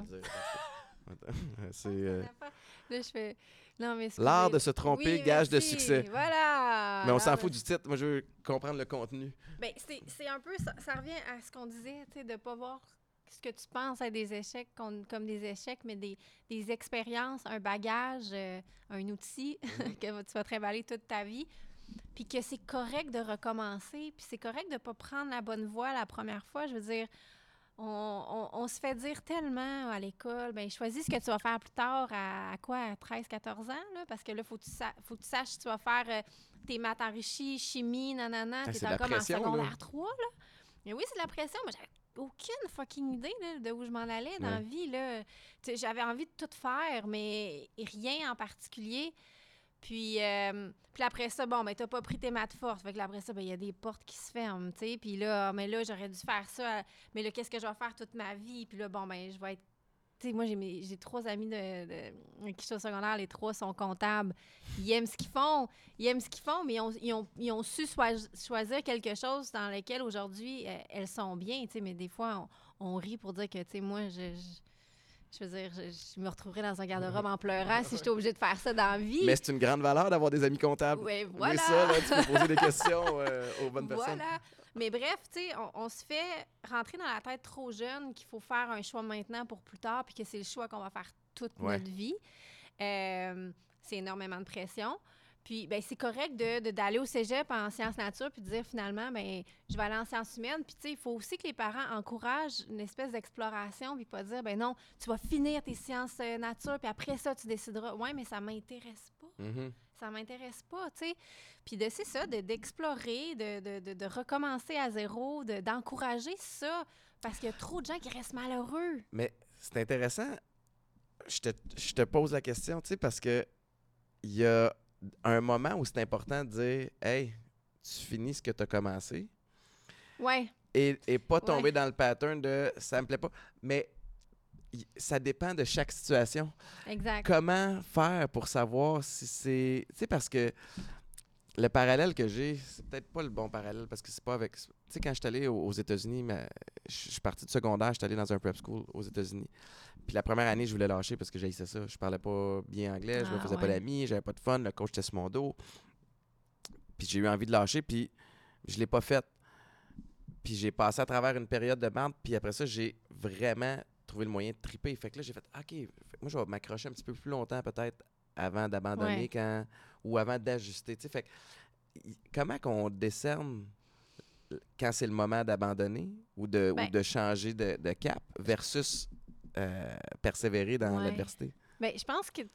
C'est Là, je fais... Non, mais l'art de se tromper, Oui, gage de merci. succès. Voilà! Mais on s'en L'art fout du titre. Moi, je veux comprendre le contenu. Ben, c'est un peu... Ça revient à ce qu'on disait, tu sais, de ne pas voir ce que tu penses être des échecs comme des échecs, mais des expériences, un bagage, un outil que tu vas travailler toute ta vie. Puis que c'est correct de recommencer, puis c'est correct de ne pas prendre la bonne voie la première fois. Je veux dire, on se fait dire tellement à l'école, ben choisis ce que tu vas faire plus tard à quoi, à 13, 14 ans, là, parce que là, faut que tu saches si tu vas faire tes maths enrichies, chimie, nanana, Ah, t'es c'est de la comme en pression, secondaire là. 3, là. Mais oui, c'est de la pression. Moi, j'avais aucune fucking idée là, de où je m'en allais dans la vie, là. J'avais envie de tout faire, mais rien en particulier. Puis après ça, bon, ben, t'as pas pris tes maths fortes. Fait que là, après ça, ben, il y a des portes qui se ferment, tu sais. Puis là, mais là, j'aurais dû faire ça. Mais là, qu'est-ce que je vais faire toute ma vie? Puis là, bon, ben, je vais être. Tu sais, moi, j'ai 3 amis qui sont au secondaire. Les 3 sont comptables. Ils aiment ce qu'ils font. Mais ils ont su choisir quelque chose dans lequel, aujourd'hui, elles sont bien, tu sais. Mais des fois, on rit pour dire que, tu sais, moi, je veux dire, je me retrouverais dans un garde-robe en pleurant si j'étais obligée de faire ça dans la vie. Mais c'est une grande valeur d'avoir des amis comptables. Oui, voilà. Oui, ça, là, tu peux poser des questions aux bonnes personnes. Voilà. Mais bref, tu sais, on se fait rentrer dans la tête trop jeune qu'il faut faire un choix maintenant pour plus tard, puis que c'est le choix qu'on va faire toute notre vie. C'est énormément de pression. Puis, ben c'est correct d'aller au cégep en sciences nature puis de dire finalement, ben je vais aller en sciences humaines. Puis, tu sais, il faut aussi que les parents encouragent une espèce d'exploration puis pas dire, ben non, tu vas finir tes sciences nature puis après ça, tu décideras. Ouais, mais ça m'intéresse pas. Mm-hmm. Ça m'intéresse pas, tu sais. Puis, c'est ça, d'explorer, de recommencer à zéro, d'encourager ça parce qu'il y a trop de gens qui restent malheureux. Mais c'est intéressant. Je te pose la question, tu sais, parce que il y a un moment où c'est important de dire « Hey, tu finis ce que tu as commencé. » Ouais. Et pas tomber dans le pattern de « Ça me plaît pas. » Mais ça dépend de chaque situation. Exact. Comment faire pour savoir si c'est... Tu sais, parce que le parallèle que j'ai, c'est peut-être pas le bon parallèle parce que c'est pas avec... Tu sais, quand je suis allé aux États-Unis, je suis parti du secondaire, je suis allé dans un prep school aux États-Unis. Puis la première année, je voulais lâcher parce que j'haïssais ça. Je parlais pas bien anglais, je me faisais pas d'amis, j'avais pas de fun, le coach était sur mon dos. Puis j'ai eu envie de lâcher, puis je l'ai pas fait. Puis j'ai passé à travers une période de merde, puis après ça, j'ai vraiment trouvé le moyen de triper. Fait que là, j'ai fait « OK, moi, je vais m'accrocher un petit peu plus longtemps peut-être avant d'abandonner ou avant d'ajuster. » Tu sais, fait que comment qu'on décerne quand c'est le moment d'abandonner ou de changer de cap versus persévérer dans l'adversité? Bien, je pense que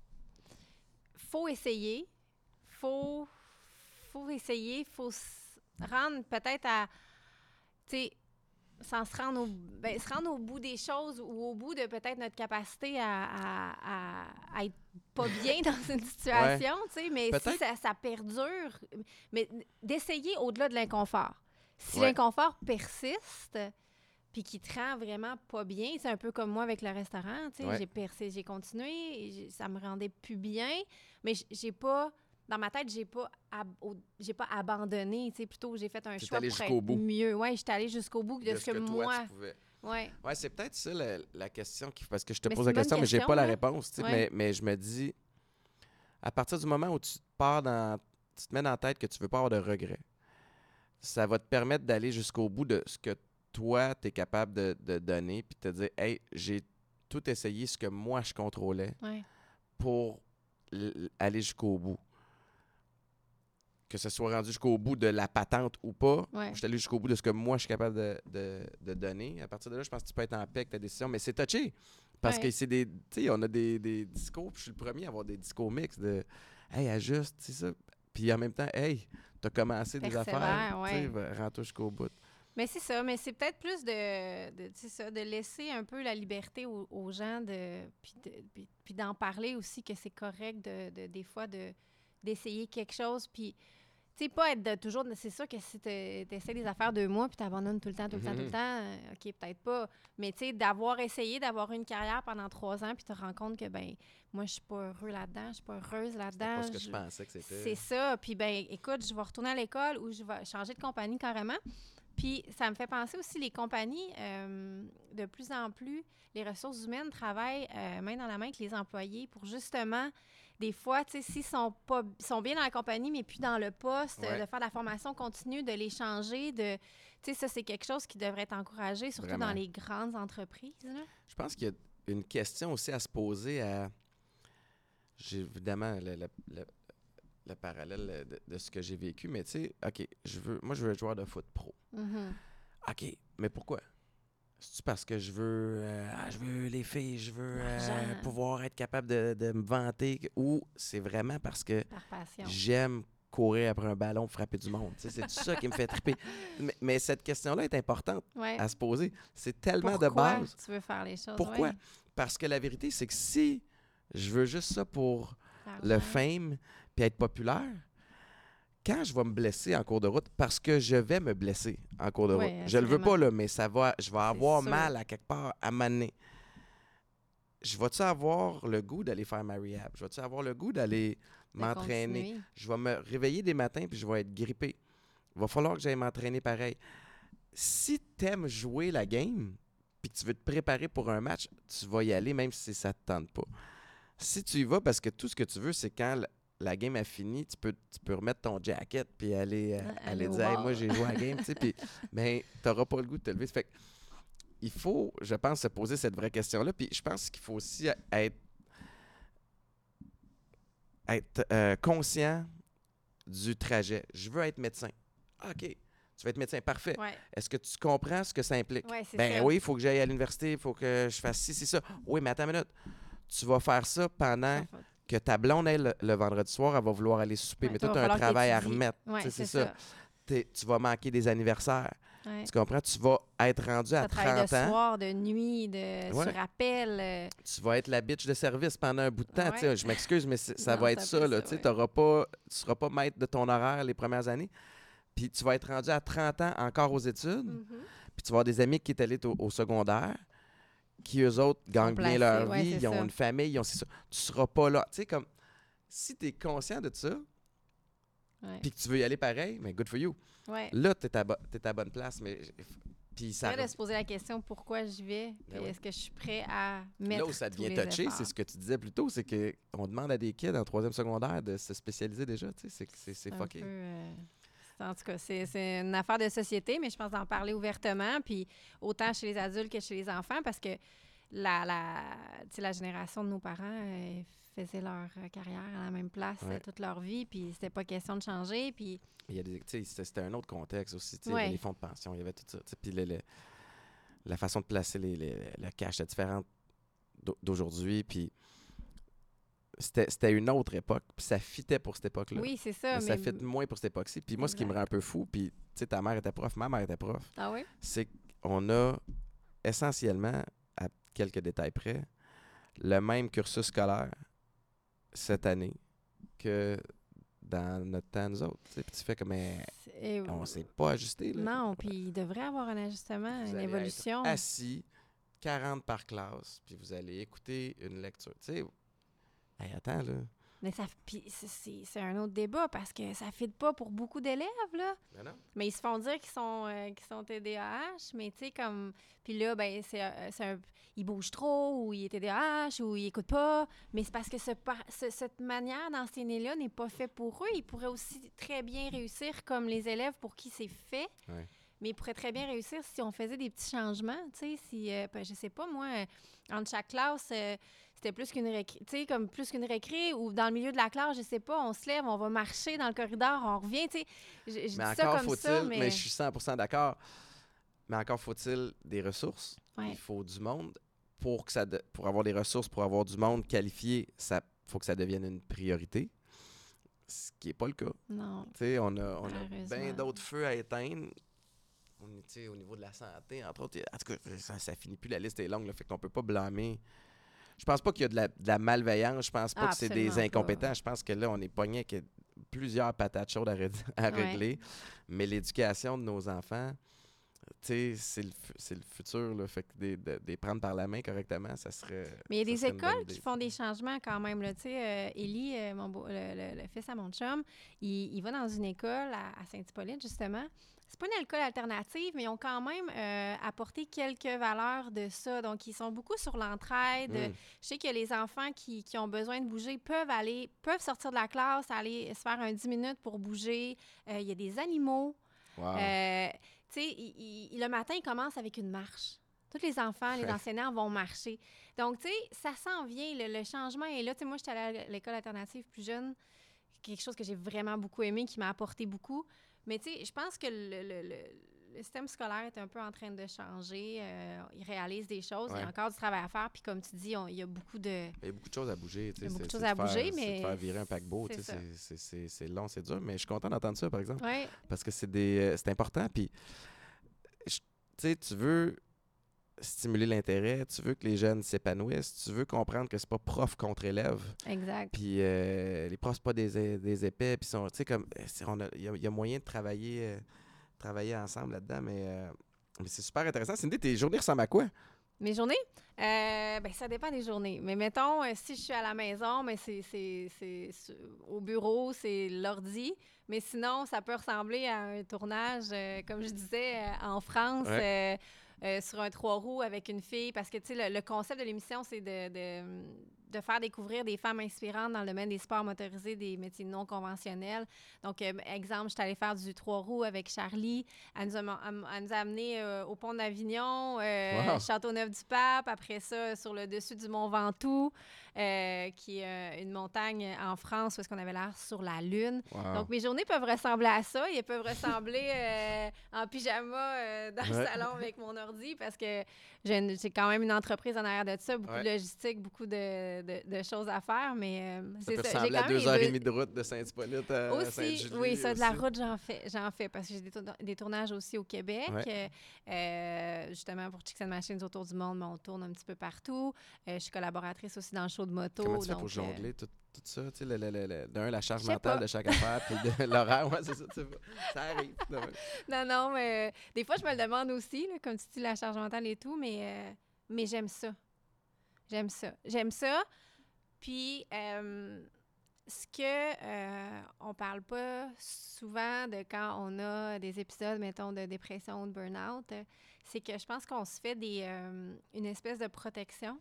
faut essayer. Faut essayer. Faut se rendre peut-être à... Tu sais, sans se rendre au bout des choses ou au bout de peut-être notre capacité à être pas bien dans une situation, tu sais, mais si ça perdure, mais d'essayer au-delà de l'inconfort. Si l'inconfort persiste, puis qui te rend vraiment pas bien, c'est un peu comme moi avec le restaurant, tu sais, j'ai continué, ça me rendait plus bien, mais j'ai pas... Dans ma tête, j'ai pas abandonné, tu sais, plutôt j'ai fait un choix pour être mieux. Ouais, j'étais allée jusqu'au bout de ce que moi... tu pouvais. Ouais, c'est peut-être ça la question parce que je te pose la question, mais j'ai pas la réponse, tu sais, mais je me dis à partir du moment où tu te mets dans la tête que tu veux pas avoir de regrets, ça va te permettre d'aller jusqu'au bout de ce que toi tu es capable de donner puis de te dire hey, j'ai tout essayé ce que moi je contrôlais pour aller jusqu'au bout. Que ce soit rendu jusqu'au bout de la patente ou pas, je suis allé jusqu'au bout de ce que moi, je suis capable de donner. À partir de là, je pense que tu peux être en paix avec ta décision. Mais c'est touché. Parce que c'est des... Tu sais, on a des discours. Puis je suis le premier à avoir des discours mixtes de « Hey, ajuste, c'est ça. » Puis en même temps, « Hey, t'as commencé des affaires. Rends-toi jusqu'au bout. » Mais c'est ça. Mais c'est peut-être plus de laisser un peu la liberté aux gens puis d'en parler aussi, que c'est correct des fois d'essayer quelque chose, puis tu sais, pas être toujours... C'est sûr que si t'essaies des affaires 2 mois puis t'abandonnes tout le temps, OK, peut-être pas, mais tu sais, d'avoir essayé d'avoir une carrière pendant 3 ans puis te rends compte que, ben moi, je suis pas heureux là-dedans, je suis pas heureuse là-dedans. C'est pas ce que je pensais que c'était. C'est ça, puis ben écoute, je vais retourner à l'école ou je vais changer de compagnie carrément. Puis ça me fait penser aussi, les compagnies, de plus en plus, les ressources humaines travaillent main dans la main avec les employés pour justement, des fois, tu sais, s'ils sont bien dans la compagnie, mais plus dans le poste, de faire de la formation continue, de les changer, tu sais, ça, c'est quelque chose qui devrait être encouragé, surtout dans les grandes entreprises, là. Je pense qu'il y a une question aussi à se poser j'ai évidemment le parallèle de ce que j'ai vécu, mais tu sais, OK, moi, je veux être joueur de foot pro. Mm-hmm. OK, mais pourquoi? C'est-tu parce que je veux les filles, je veux pouvoir être capable de me vanter, ou c'est vraiment parce que j'aime courir après un ballon, frapper du monde? C'est tout ça qui me fait triper. Mais cette question-là est importante à se poser. C'est tellement de base. Pourquoi tu veux faire les choses? Pourquoi? Parce que la vérité, c'est que si je veux juste ça pour le fame, puis être populaire, quand je vais me blesser en cours de route, parce que je vais me blesser en cours de route, Ouais, je le veux assurément. pas, là, mais je vais avoir sûr. mal à quelque part à m'amener. Je vais-tu avoir le goût d'aller faire ma rehab? Je vais-tu avoir le goût d'aller De m'entraîner? continuer. Je vais me réveiller des matins puis je vais être grippé. Il va falloir que j'aille m'entraîner pareil. Si tu aimes jouer la game puis que tu veux te préparer pour un match, tu vas y aller même si ça te tente pas. Si tu y vas parce que tout ce que tu veux, c'est quand la game a fini, tu peux remettre ton jacket puis aller Aller au dire hey, bar. moi j'ai joué à la game, tu sais, mais tu n'auras pas le goût de te lever. Fait que il faut, je pense, se poser cette vraie question-là. Puis je pense qu'il faut aussi être conscient du trajet. Je veux être médecin. Ah, OK. Tu veux être médecin. Parfait. Ouais. Est-ce que tu comprends ce que ça implique? Ouais, c'est Ben ça. oui, il faut que j'aille à l'université, il faut que je fasse ci, c'est ça. Oui, mais attends une minute. Tu vas faire ça pendant que ta blonde, elle, le vendredi soir, elle va vouloir aller souper. Ouais, mais toi, toi, tu as va un falloir travail à t'étudier. remettre. Ouais, Tu sais, c'est c'est ça. ça. Tu vas manquer des anniversaires. Ouais. Tu comprends? Tu vas être rendu à Ça travaille 30 de ans. soir, de nuit, Ouais. sur appel. Tu vas être la bitch de service pendant un bout de temps. Ouais. Tu sais, je m'excuse, mais ça Non, va être c'est un ça. peu Là, ça, tu sais, ouais. tu seras pas maître de ton horaire les premières années. Puis tu vas être rendu à 30 ans encore aux études. Mhm. Puis tu vas avoir des amis qui est allé au secondaire, qui eux autres gagnent bien placés, leur ouais, vie, c'est ils ont ça. une famille, ils ont c'est ça. Tu seras pas là. Tu sais, comme si tu es conscient de ça, Ouais. puis que tu veux y aller pareil, mais good for you. Ouais. Là, tu es à la bonne place. Mais puis ça. C'est vrai de se poser la question pourquoi j'y vais, puis ouais. est-ce que je suis prêt à mettre Là où ça tous devient les touché, efforts. c'est ce que tu disais plus tôt, c'est qu'on demande à des kids en troisième secondaire de se spécialiser déjà. Tu sais, c'est un fucké. peu, en tout cas, c'est une affaire de société, mais je pense d'en parler ouvertement, puis autant chez les adultes que chez les enfants, parce que tu sais, la génération de nos parents faisaient leur carrière à la même place Ouais. toute leur vie, puis c'était pas question de changer, puis... Il y a c'était un autre contexte aussi. Il y Ouais. avait les fonds de pension, il y avait tout ça. Puis la façon de placer le cash est différente d'aujourd'hui. Puis c'était une autre époque. Puis ça fitait pour cette époque-là. Oui, c'est ça, mais ça fit moins pour cette époque-ci. Puis moi, ce qui me Exact. rend un peu fou, puis tu sais, ta mère était prof, ma mère était prof, Ah oui? c'est qu'on a essentiellement, à quelques détails près, le même cursus scolaire cette année que dans notre temps, nous autres. Puis tu fais comme, on s'est pas ajusté. Là. Non, puis il devrait avoir un ajustement, Vous une allez évolution. être assis, 40 par classe, puis vous allez écouter une lecture. Tu sais, hey, attends, là. Mais ça, puis c'est un autre débat parce que ça ne fit pas pour beaucoup d'élèves, là. Mais non. Mais ils se font dire qu'ils sont TDAH, mais tu sais, comme... Puis là, ben il bouge trop, ou il est TDAH, ou il écoute pas. Mais c'est parce que cette manière d'enseigner-là n'est pas fait pour eux. Ils pourraient aussi très bien réussir comme les élèves pour qui c'est fait. Ouais. Mais ils pourraient très bien réussir si on faisait des petits changements, tu sais, si, je sais pas, moi, entre chaque classe, c'était plus qu'une récré, tu sais, comme plus qu'une récré, ou dans le milieu de la classe, je sais pas, on se lève, on va marcher dans le corridor, on revient, tu sais, je dis ça comme ça, mais... je suis 100% d'accord, mais encore faut-il des ressources, Ouais. il faut du monde, pour avoir des ressources, pour avoir du monde qualifié, il faut que ça devienne une priorité, ce qui n'est pas le cas. Non. Tu sais, on a Malheureusement. bien d'autres feux à éteindre. Au niveau de la santé, entre autres, en tout cas, ça finit plus, la liste est longue, là, fait qu'on peut pas blâmer. Je pense pas qu'il y a de la malveillance, je pense pas que c'est des Absolument incompétents, pas. je pense que là, on est pogné avec plusieurs patates chaudes à régler, mais l'éducation de nos enfants, tu sais, c'est le futur, là, fait que de les prendre par la main correctement, ça serait... Mais il y a des serait une bonne écoles idée, qui font des changements quand même. Là. Tu sais, Élie, le fils à mon chum, il va dans une école à Saint-Hippolyte, justement. C'est pas une école alternative, mais ils ont quand même apporté quelques valeurs de ça. Donc, ils sont beaucoup sur l'entraide. Mm. Je sais que les enfants qui ont besoin de bouger peuvent sortir de la classe, aller se faire un 10 minutes pour bouger. Il y a des animaux. Wow. Tu sais, le matin, il commence avec une marche. Tous les enfants, les enseignants vont marcher. Donc, tu sais, ça s'en vient. Le changement est là. Tu sais, moi, j'étais allée à l'école alternative plus jeune. Quelque chose que j'ai vraiment beaucoup aimé, qui m'a apporté beaucoup. Mais, tu sais, je pense que le système scolaire est un peu en train de changer. Il réalise des choses. Il y a encore du travail à faire. Puis, comme tu dis, il y a beaucoup de... Il y a beaucoup de choses à bouger. Il y a beaucoup de choses à bouger, mais... C'est de faire virer un paquebot. C'est long, c'est dur. Mais je suis content d'entendre ça, par exemple. Ouais. Parce que c'est important. Puis, tu sais, tu veux stimuler l'intérêt, tu veux que les jeunes s'épanouissent, tu veux comprendre que c'est pas prof contre élève. Exact. Puis les profs, c'est pas des épais. Puis, tu sais, comme, il y a moyen de travailler ensemble là-dedans, mais c'est super intéressant. Cindy, tes journées ressemblent à quoi? Mes journées? Ben, ça dépend des journées. Mais mettons, si je suis à la maison, mais au bureau, c'est l'ordi. Mais sinon, ça peut ressembler à un tournage, comme je disais, en France, Ouais. sur un 3 roues avec une fille. Parce que, tu sais, le concept de l'émission, c'est de faire découvrir des femmes inspirantes dans le domaine des sports motorisés, des métiers non conventionnels. Donc, exemple, je suis allée faire du 3 roues avec Charlie. Elle nous a amenés au pont d'Avignon, Wow. Châteauneuf-du-Pape. Après ça, sur le dessus du mont Ventoux, qui est une montagne en France où est-ce qu'on avait l'air sur la Lune. Wow. Donc, mes journées peuvent ressembler à ça. Elles peuvent ressembler en pyjama dans le salon avec mon ordi parce que j'ai quand même une entreprise en arrière de ça, beaucoup de logistique, beaucoup de choses à faire, mais ça c'est peut ça. ressembler à 2h30 de route de Saint-Hippolyte à Sainte-Julie. Oui, ça, de la route, j'en fais parce que j'ai des tournages aussi au Québec. Justement, pour Chicks and Machines autour du monde, mais on tourne un petit peu partout. Je suis collaboratrice aussi dans le show de moto. Comment tu fais pour jongler tout ça? Tu sais, la charge mentale de chaque affaire, puis de l'horaire. Ouais, c'est ça, ça arrive. Non, mais des fois, je me le demande aussi, là, comme tu dis, la charge mentale et tout, mais j'aime ça. J'aime ça. Puis, ce que on parle pas souvent de quand on a des épisodes, mettons, de dépression ou de burn-out, c'est que je pense qu'on se fait une espèce de protection.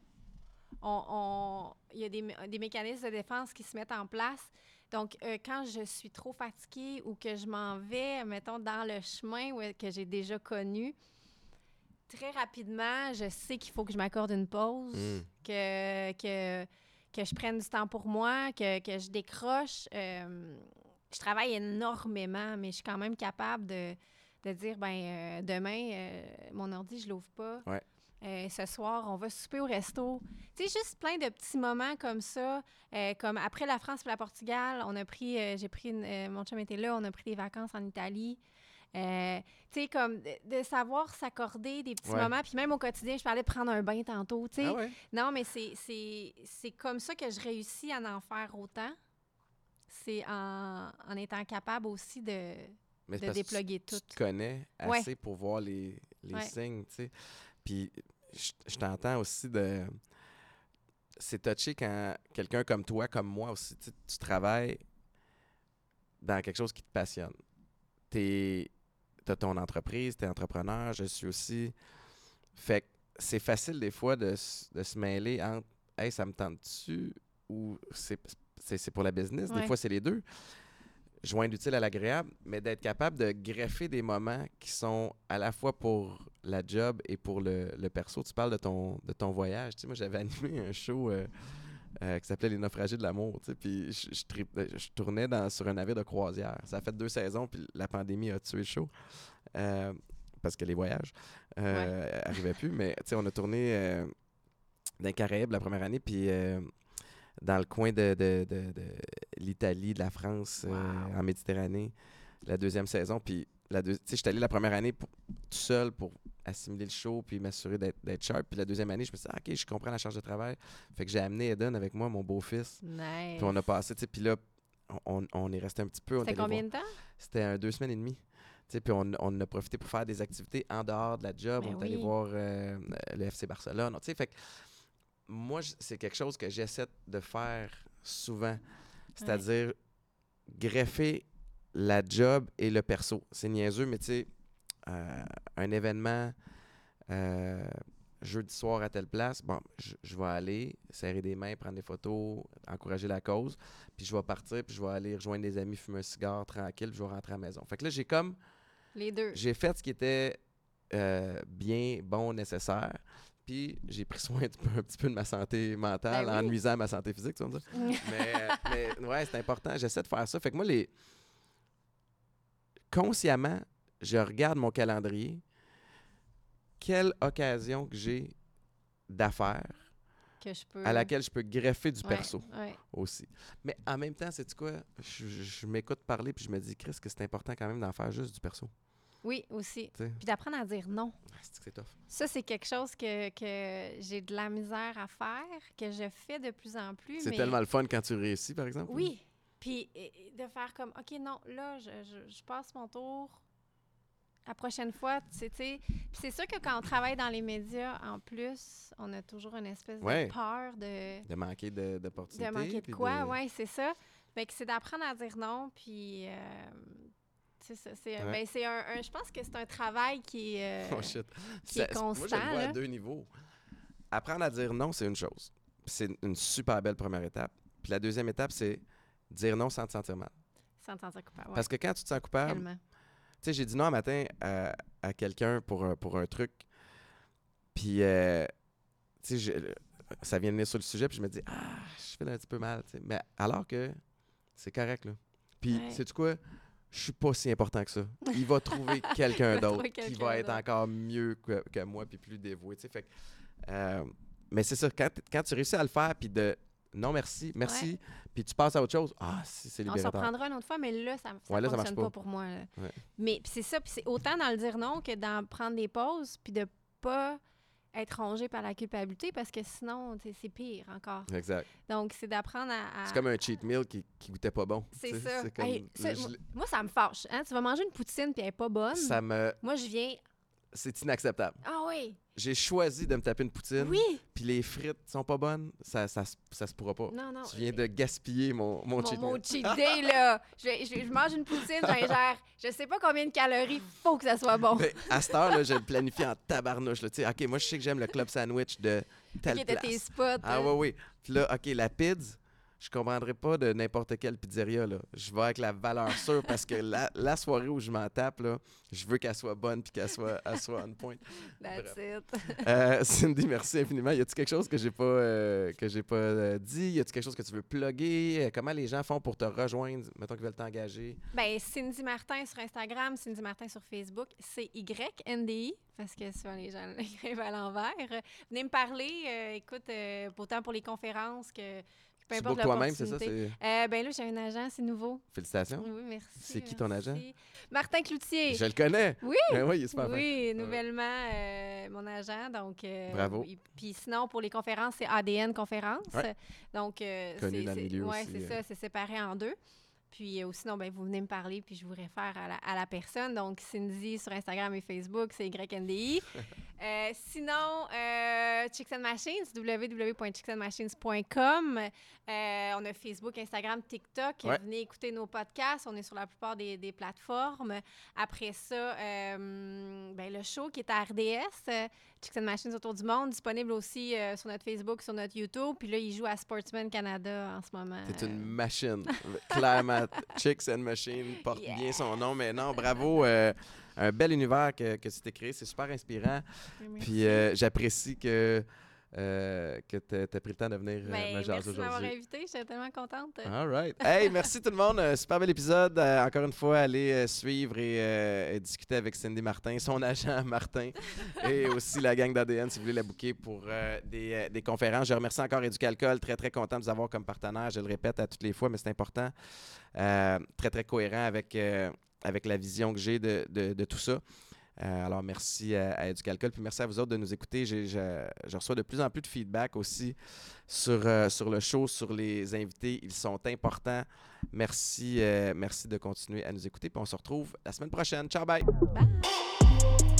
Il y a des mécanismes de défense qui se mettent en place. Donc, quand je suis trop fatiguée ou que je m'en vais, mettons, dans le chemin que j'ai déjà connu, très rapidement, je sais qu'il faut que je m'accorde une pause, que je prenne du temps pour moi, que je décroche. Je travaille énormément, mais je suis quand même capable de dire, demain, mon ordi, je l'ouvre pas. Ouais. Ce soir, on va souper au resto. Tu sais, juste plein de petits moments comme ça. Comme après la France et la Portugal, mon chum était là, on a pris des vacances en Italie. Tu sais, comme de savoir s'accorder des petits moments. Puis même au quotidien, je parlais de prendre un bain tantôt, tu sais. Ah ouais? Non, mais c'est comme ça que je réussis à en faire autant. C'est en étant capable aussi de déploguer tout. Tu te connais assez pour voir les signes, tu sais. Puis je t'entends aussi c'est touché quand quelqu'un comme toi, comme moi aussi, tu travailles dans quelque chose qui te passionne. T'as ton entreprise, t'es entrepreneur, je suis aussi. Fait que c'est facile des fois de se mêler entre « Hey, ça me tente-tu? » ou c'est pour la business. Des fois, c'est les deux. Joindre l'utile à l'agréable, mais d'être capable de greffer des moments qui sont à la fois pour la job et pour le perso. Tu parles de ton voyage. Tu sais, moi, j'avais animé un show qui s'appelait Les Naufragés de l'amour. Tu sais, puis je tournais sur un navire de croisière. Ça a fait 2 saisons, puis la pandémie a tué le show. Parce que les voyages n'arrivaient plus. Mais tu sais, on a tourné dans les Caraïbes la première année, puis dans le coin de l'Italie, de la France, en Méditerranée, la deuxième saison. Puis, tu sais, j'étais allé la première année tout seul pour assimiler le show puis m'assurer d'être sharp. Puis la deuxième année, je me suis dit, OK, je comprends la charge de travail. Fait que j'ai amené Eden avec moi, mon beau-fils. Nice. Puis on a passé, tu sais, puis là, on est resté un petit peu. C'était combien de temps? C'était 2 semaines et demie. Puis on a profité pour faire des activités en dehors de la job. On est allé voir le FC Barcelone. Fait que moi, c'est quelque chose que j'essaie de faire souvent. C'est-à-dire greffer la job et le perso. C'est niaiseux, mais tu sais, un événement jeudi soir à telle place, bon, je vais aller serrer des mains, prendre des photos, encourager la cause, puis je vais partir, puis je vais aller rejoindre des amis, fumer un cigare tranquille, puis je vais rentrer à la maison. Fait que là, j'ai comme... Les deux. J'ai fait ce qui était bien, bon, nécessaire, puis j'ai pris soin un petit peu de ma santé mentale en nuisant à ma santé physique, tu vas me dire. mais ouais, c'est important. J'essaie de faire ça. Fait que moi, consciemment, je regarde mon calendrier. Quelle occasion que j'ai d'affaires à laquelle je peux greffer du perso aussi. Mais en même temps, sais-tu quoi? Je m'écoute parler puis je me dis, Chris, que c'est important quand même d'en faire juste du perso. Oui, aussi. Tu sais. Puis d'apprendre à dire non. C'est tough. Ça, c'est quelque chose que j'ai de la misère à faire, que je fais de plus en plus. C'est mais... tellement le fun quand tu réussis, par exemple. Oui. Puis de faire comme, OK, non, là, je passe mon tour. La prochaine fois, tu sais. Puis c'est sûr que quand on travaille dans les médias, en plus, on a toujours une espèce Ouais. de peur de... De manquer d'opportunités. De manquer de puis quoi, oui, c'est ça. Fait que c'est d'apprendre à dire non, puis... c'est ça. Ouais. Ben, c'est je pense que c'est un travail qui est, Oh shit. qui est Moi, je constant, le vois à là. 2 niveaux. Apprendre à dire non, c'est une chose. Puis c'est une super belle première étape. Puis la deuxième étape, c'est dire non sans te sentir mal. Sans te sentir coupable, ouais. Parce que quand tu te sens coupable, Tellement. tu sais, j'ai dit non un matin à quelqu'un pour un truc. Puis, tu sais, ça vient de venir sur le sujet, puis je me dis, je fais un petit peu mal, tu sais. Mais alors que c'est correct, là. Puis, Ouais. sais-tu quoi? Je suis pas si important que ça. Il va trouver quelqu'un Il va d'autre trouver qui quelqu'un va être d'autre. encore mieux que moi, puis plus dévoué, tu sais. Fait que, mais c'est ça, quand tu réussis à le faire, puis de non, merci, puis tu passes à autre chose, c'est On s'en libérateur. prendra une autre fois, mais là, ça Ouais, là, ça fonctionne marche pas pas. pour moi. Là. Ouais. Mais puis c'est ça, puis c'est autant dans le dire non que dans prendre des pauses, puis de pas être rongé par la culpabilité, parce que sinon, tu sais, c'est pire encore. Exact. Donc, c'est d'apprendre à... C'est comme un cheat meal qui goûtait pas bon. C'est tu sais. ça. C'est comme, Hey, ça, là, moi, ça me fâche. Hein? Tu vas manger une poutine, puis elle est pas bonne. ça me... Moi, je viens... C'est inacceptable. Ah oui! J'ai choisi de me taper une poutine, Oui! puis les frites sont pas bonnes, ça se pourra pas. Non, non. Tu viens de gaspiller mon cheat Mon meal. cheat day, là. Je mange une poutine, j'ingère je sais pas combien de calories, faut que ça soit bon. Mais à cette heure, là, je le planifie en tabarnouche. Là. Tu sais, OK, moi, je sais que j'aime le club sandwich de telle Ok, t'as place. tes spots. Ah oui. Puis là, OK, la pizza, je comprendrais pas de n'importe quelle pizzeria. Là. Je vais avec la valeur sûre parce que la soirée où je m'en tape, là, je veux qu'elle soit bonne puis qu'elle soit on point. That's it. Cindy, merci infiniment. Y a-t-il quelque chose que j'ai pas dit? Y a-t-il quelque chose que tu veux plugger? Comment les gens font pour te rejoindre? Mettons qu'ils veulent t'engager. Ben, Cindy Martin sur Instagram, Cindy Martin sur Facebook, c'est YNDI, parce que souvent les gens l'écrivent à l'envers. Venez me parler, écoute, autant pour les conférences que peu Tu importe bookes toi-même, c'est ça? l'opportunité. Ben là, j'ai un agent, c'est nouveau. Félicitations. Oui, merci. C'est qui ton agent? Martin Cloutier. Je le connais. Oui. Oui, il est super fin. Oui, nouvellement, mon agent. Donc, Bravo. Puis sinon, pour les conférences, c'est ADN Conférences. Ouais. Donc, Connu dans le milieu ouais, aussi, c'est ça, c'est séparé en deux. Puis ou sinon, ben, vous venez me parler, puis je vous réfère à la personne. Donc, Cindy sur Instagram et Facebook, c'est YNDI. Sinon, Chicks and Machines, www.chicksandmachines.com. On a Facebook, Instagram, TikTok. Ouais. Venez écouter nos podcasts. On est sur la plupart des plateformes. Après ça, ben, le show qui est à RDS, Chicks and Machines autour du monde, disponible aussi sur notre Facebook, sur notre YouTube. Puis là, il joue à Sportsman Canada en ce moment. C'est une machine. Clairement, Chicks and Machine porte bien son nom. Mais non, bravo. Un bel univers que tu t'es créé. C'est super inspirant. Merci. Puis j'apprécie que tu as pris le temps de venir Ben, me jaser merci de m'avoir aujourd'hui. invité. J'étais tellement contente. All right. Hey, merci tout le monde. Super bel épisode. Encore une fois, allez suivre et discuter avec Cindy Martin, son agent Martin, et aussi la gang d'ADN si vous voulez la booker pour des conférences. Je remercie encore Éducalcool. Très, très content de vous avoir comme partenaire. Je le répète à toutes les fois, mais c'est important. Très, très cohérent avec la vision que j'ai de tout ça. Alors, merci à Éducalcool, puis merci à vous autres de nous écouter. Je reçois de plus en plus de feedback aussi sur le show, sur les invités. Ils sont importants. Merci de continuer à nous écouter, puis on se retrouve la semaine prochaine. Ciao, bye! Bye!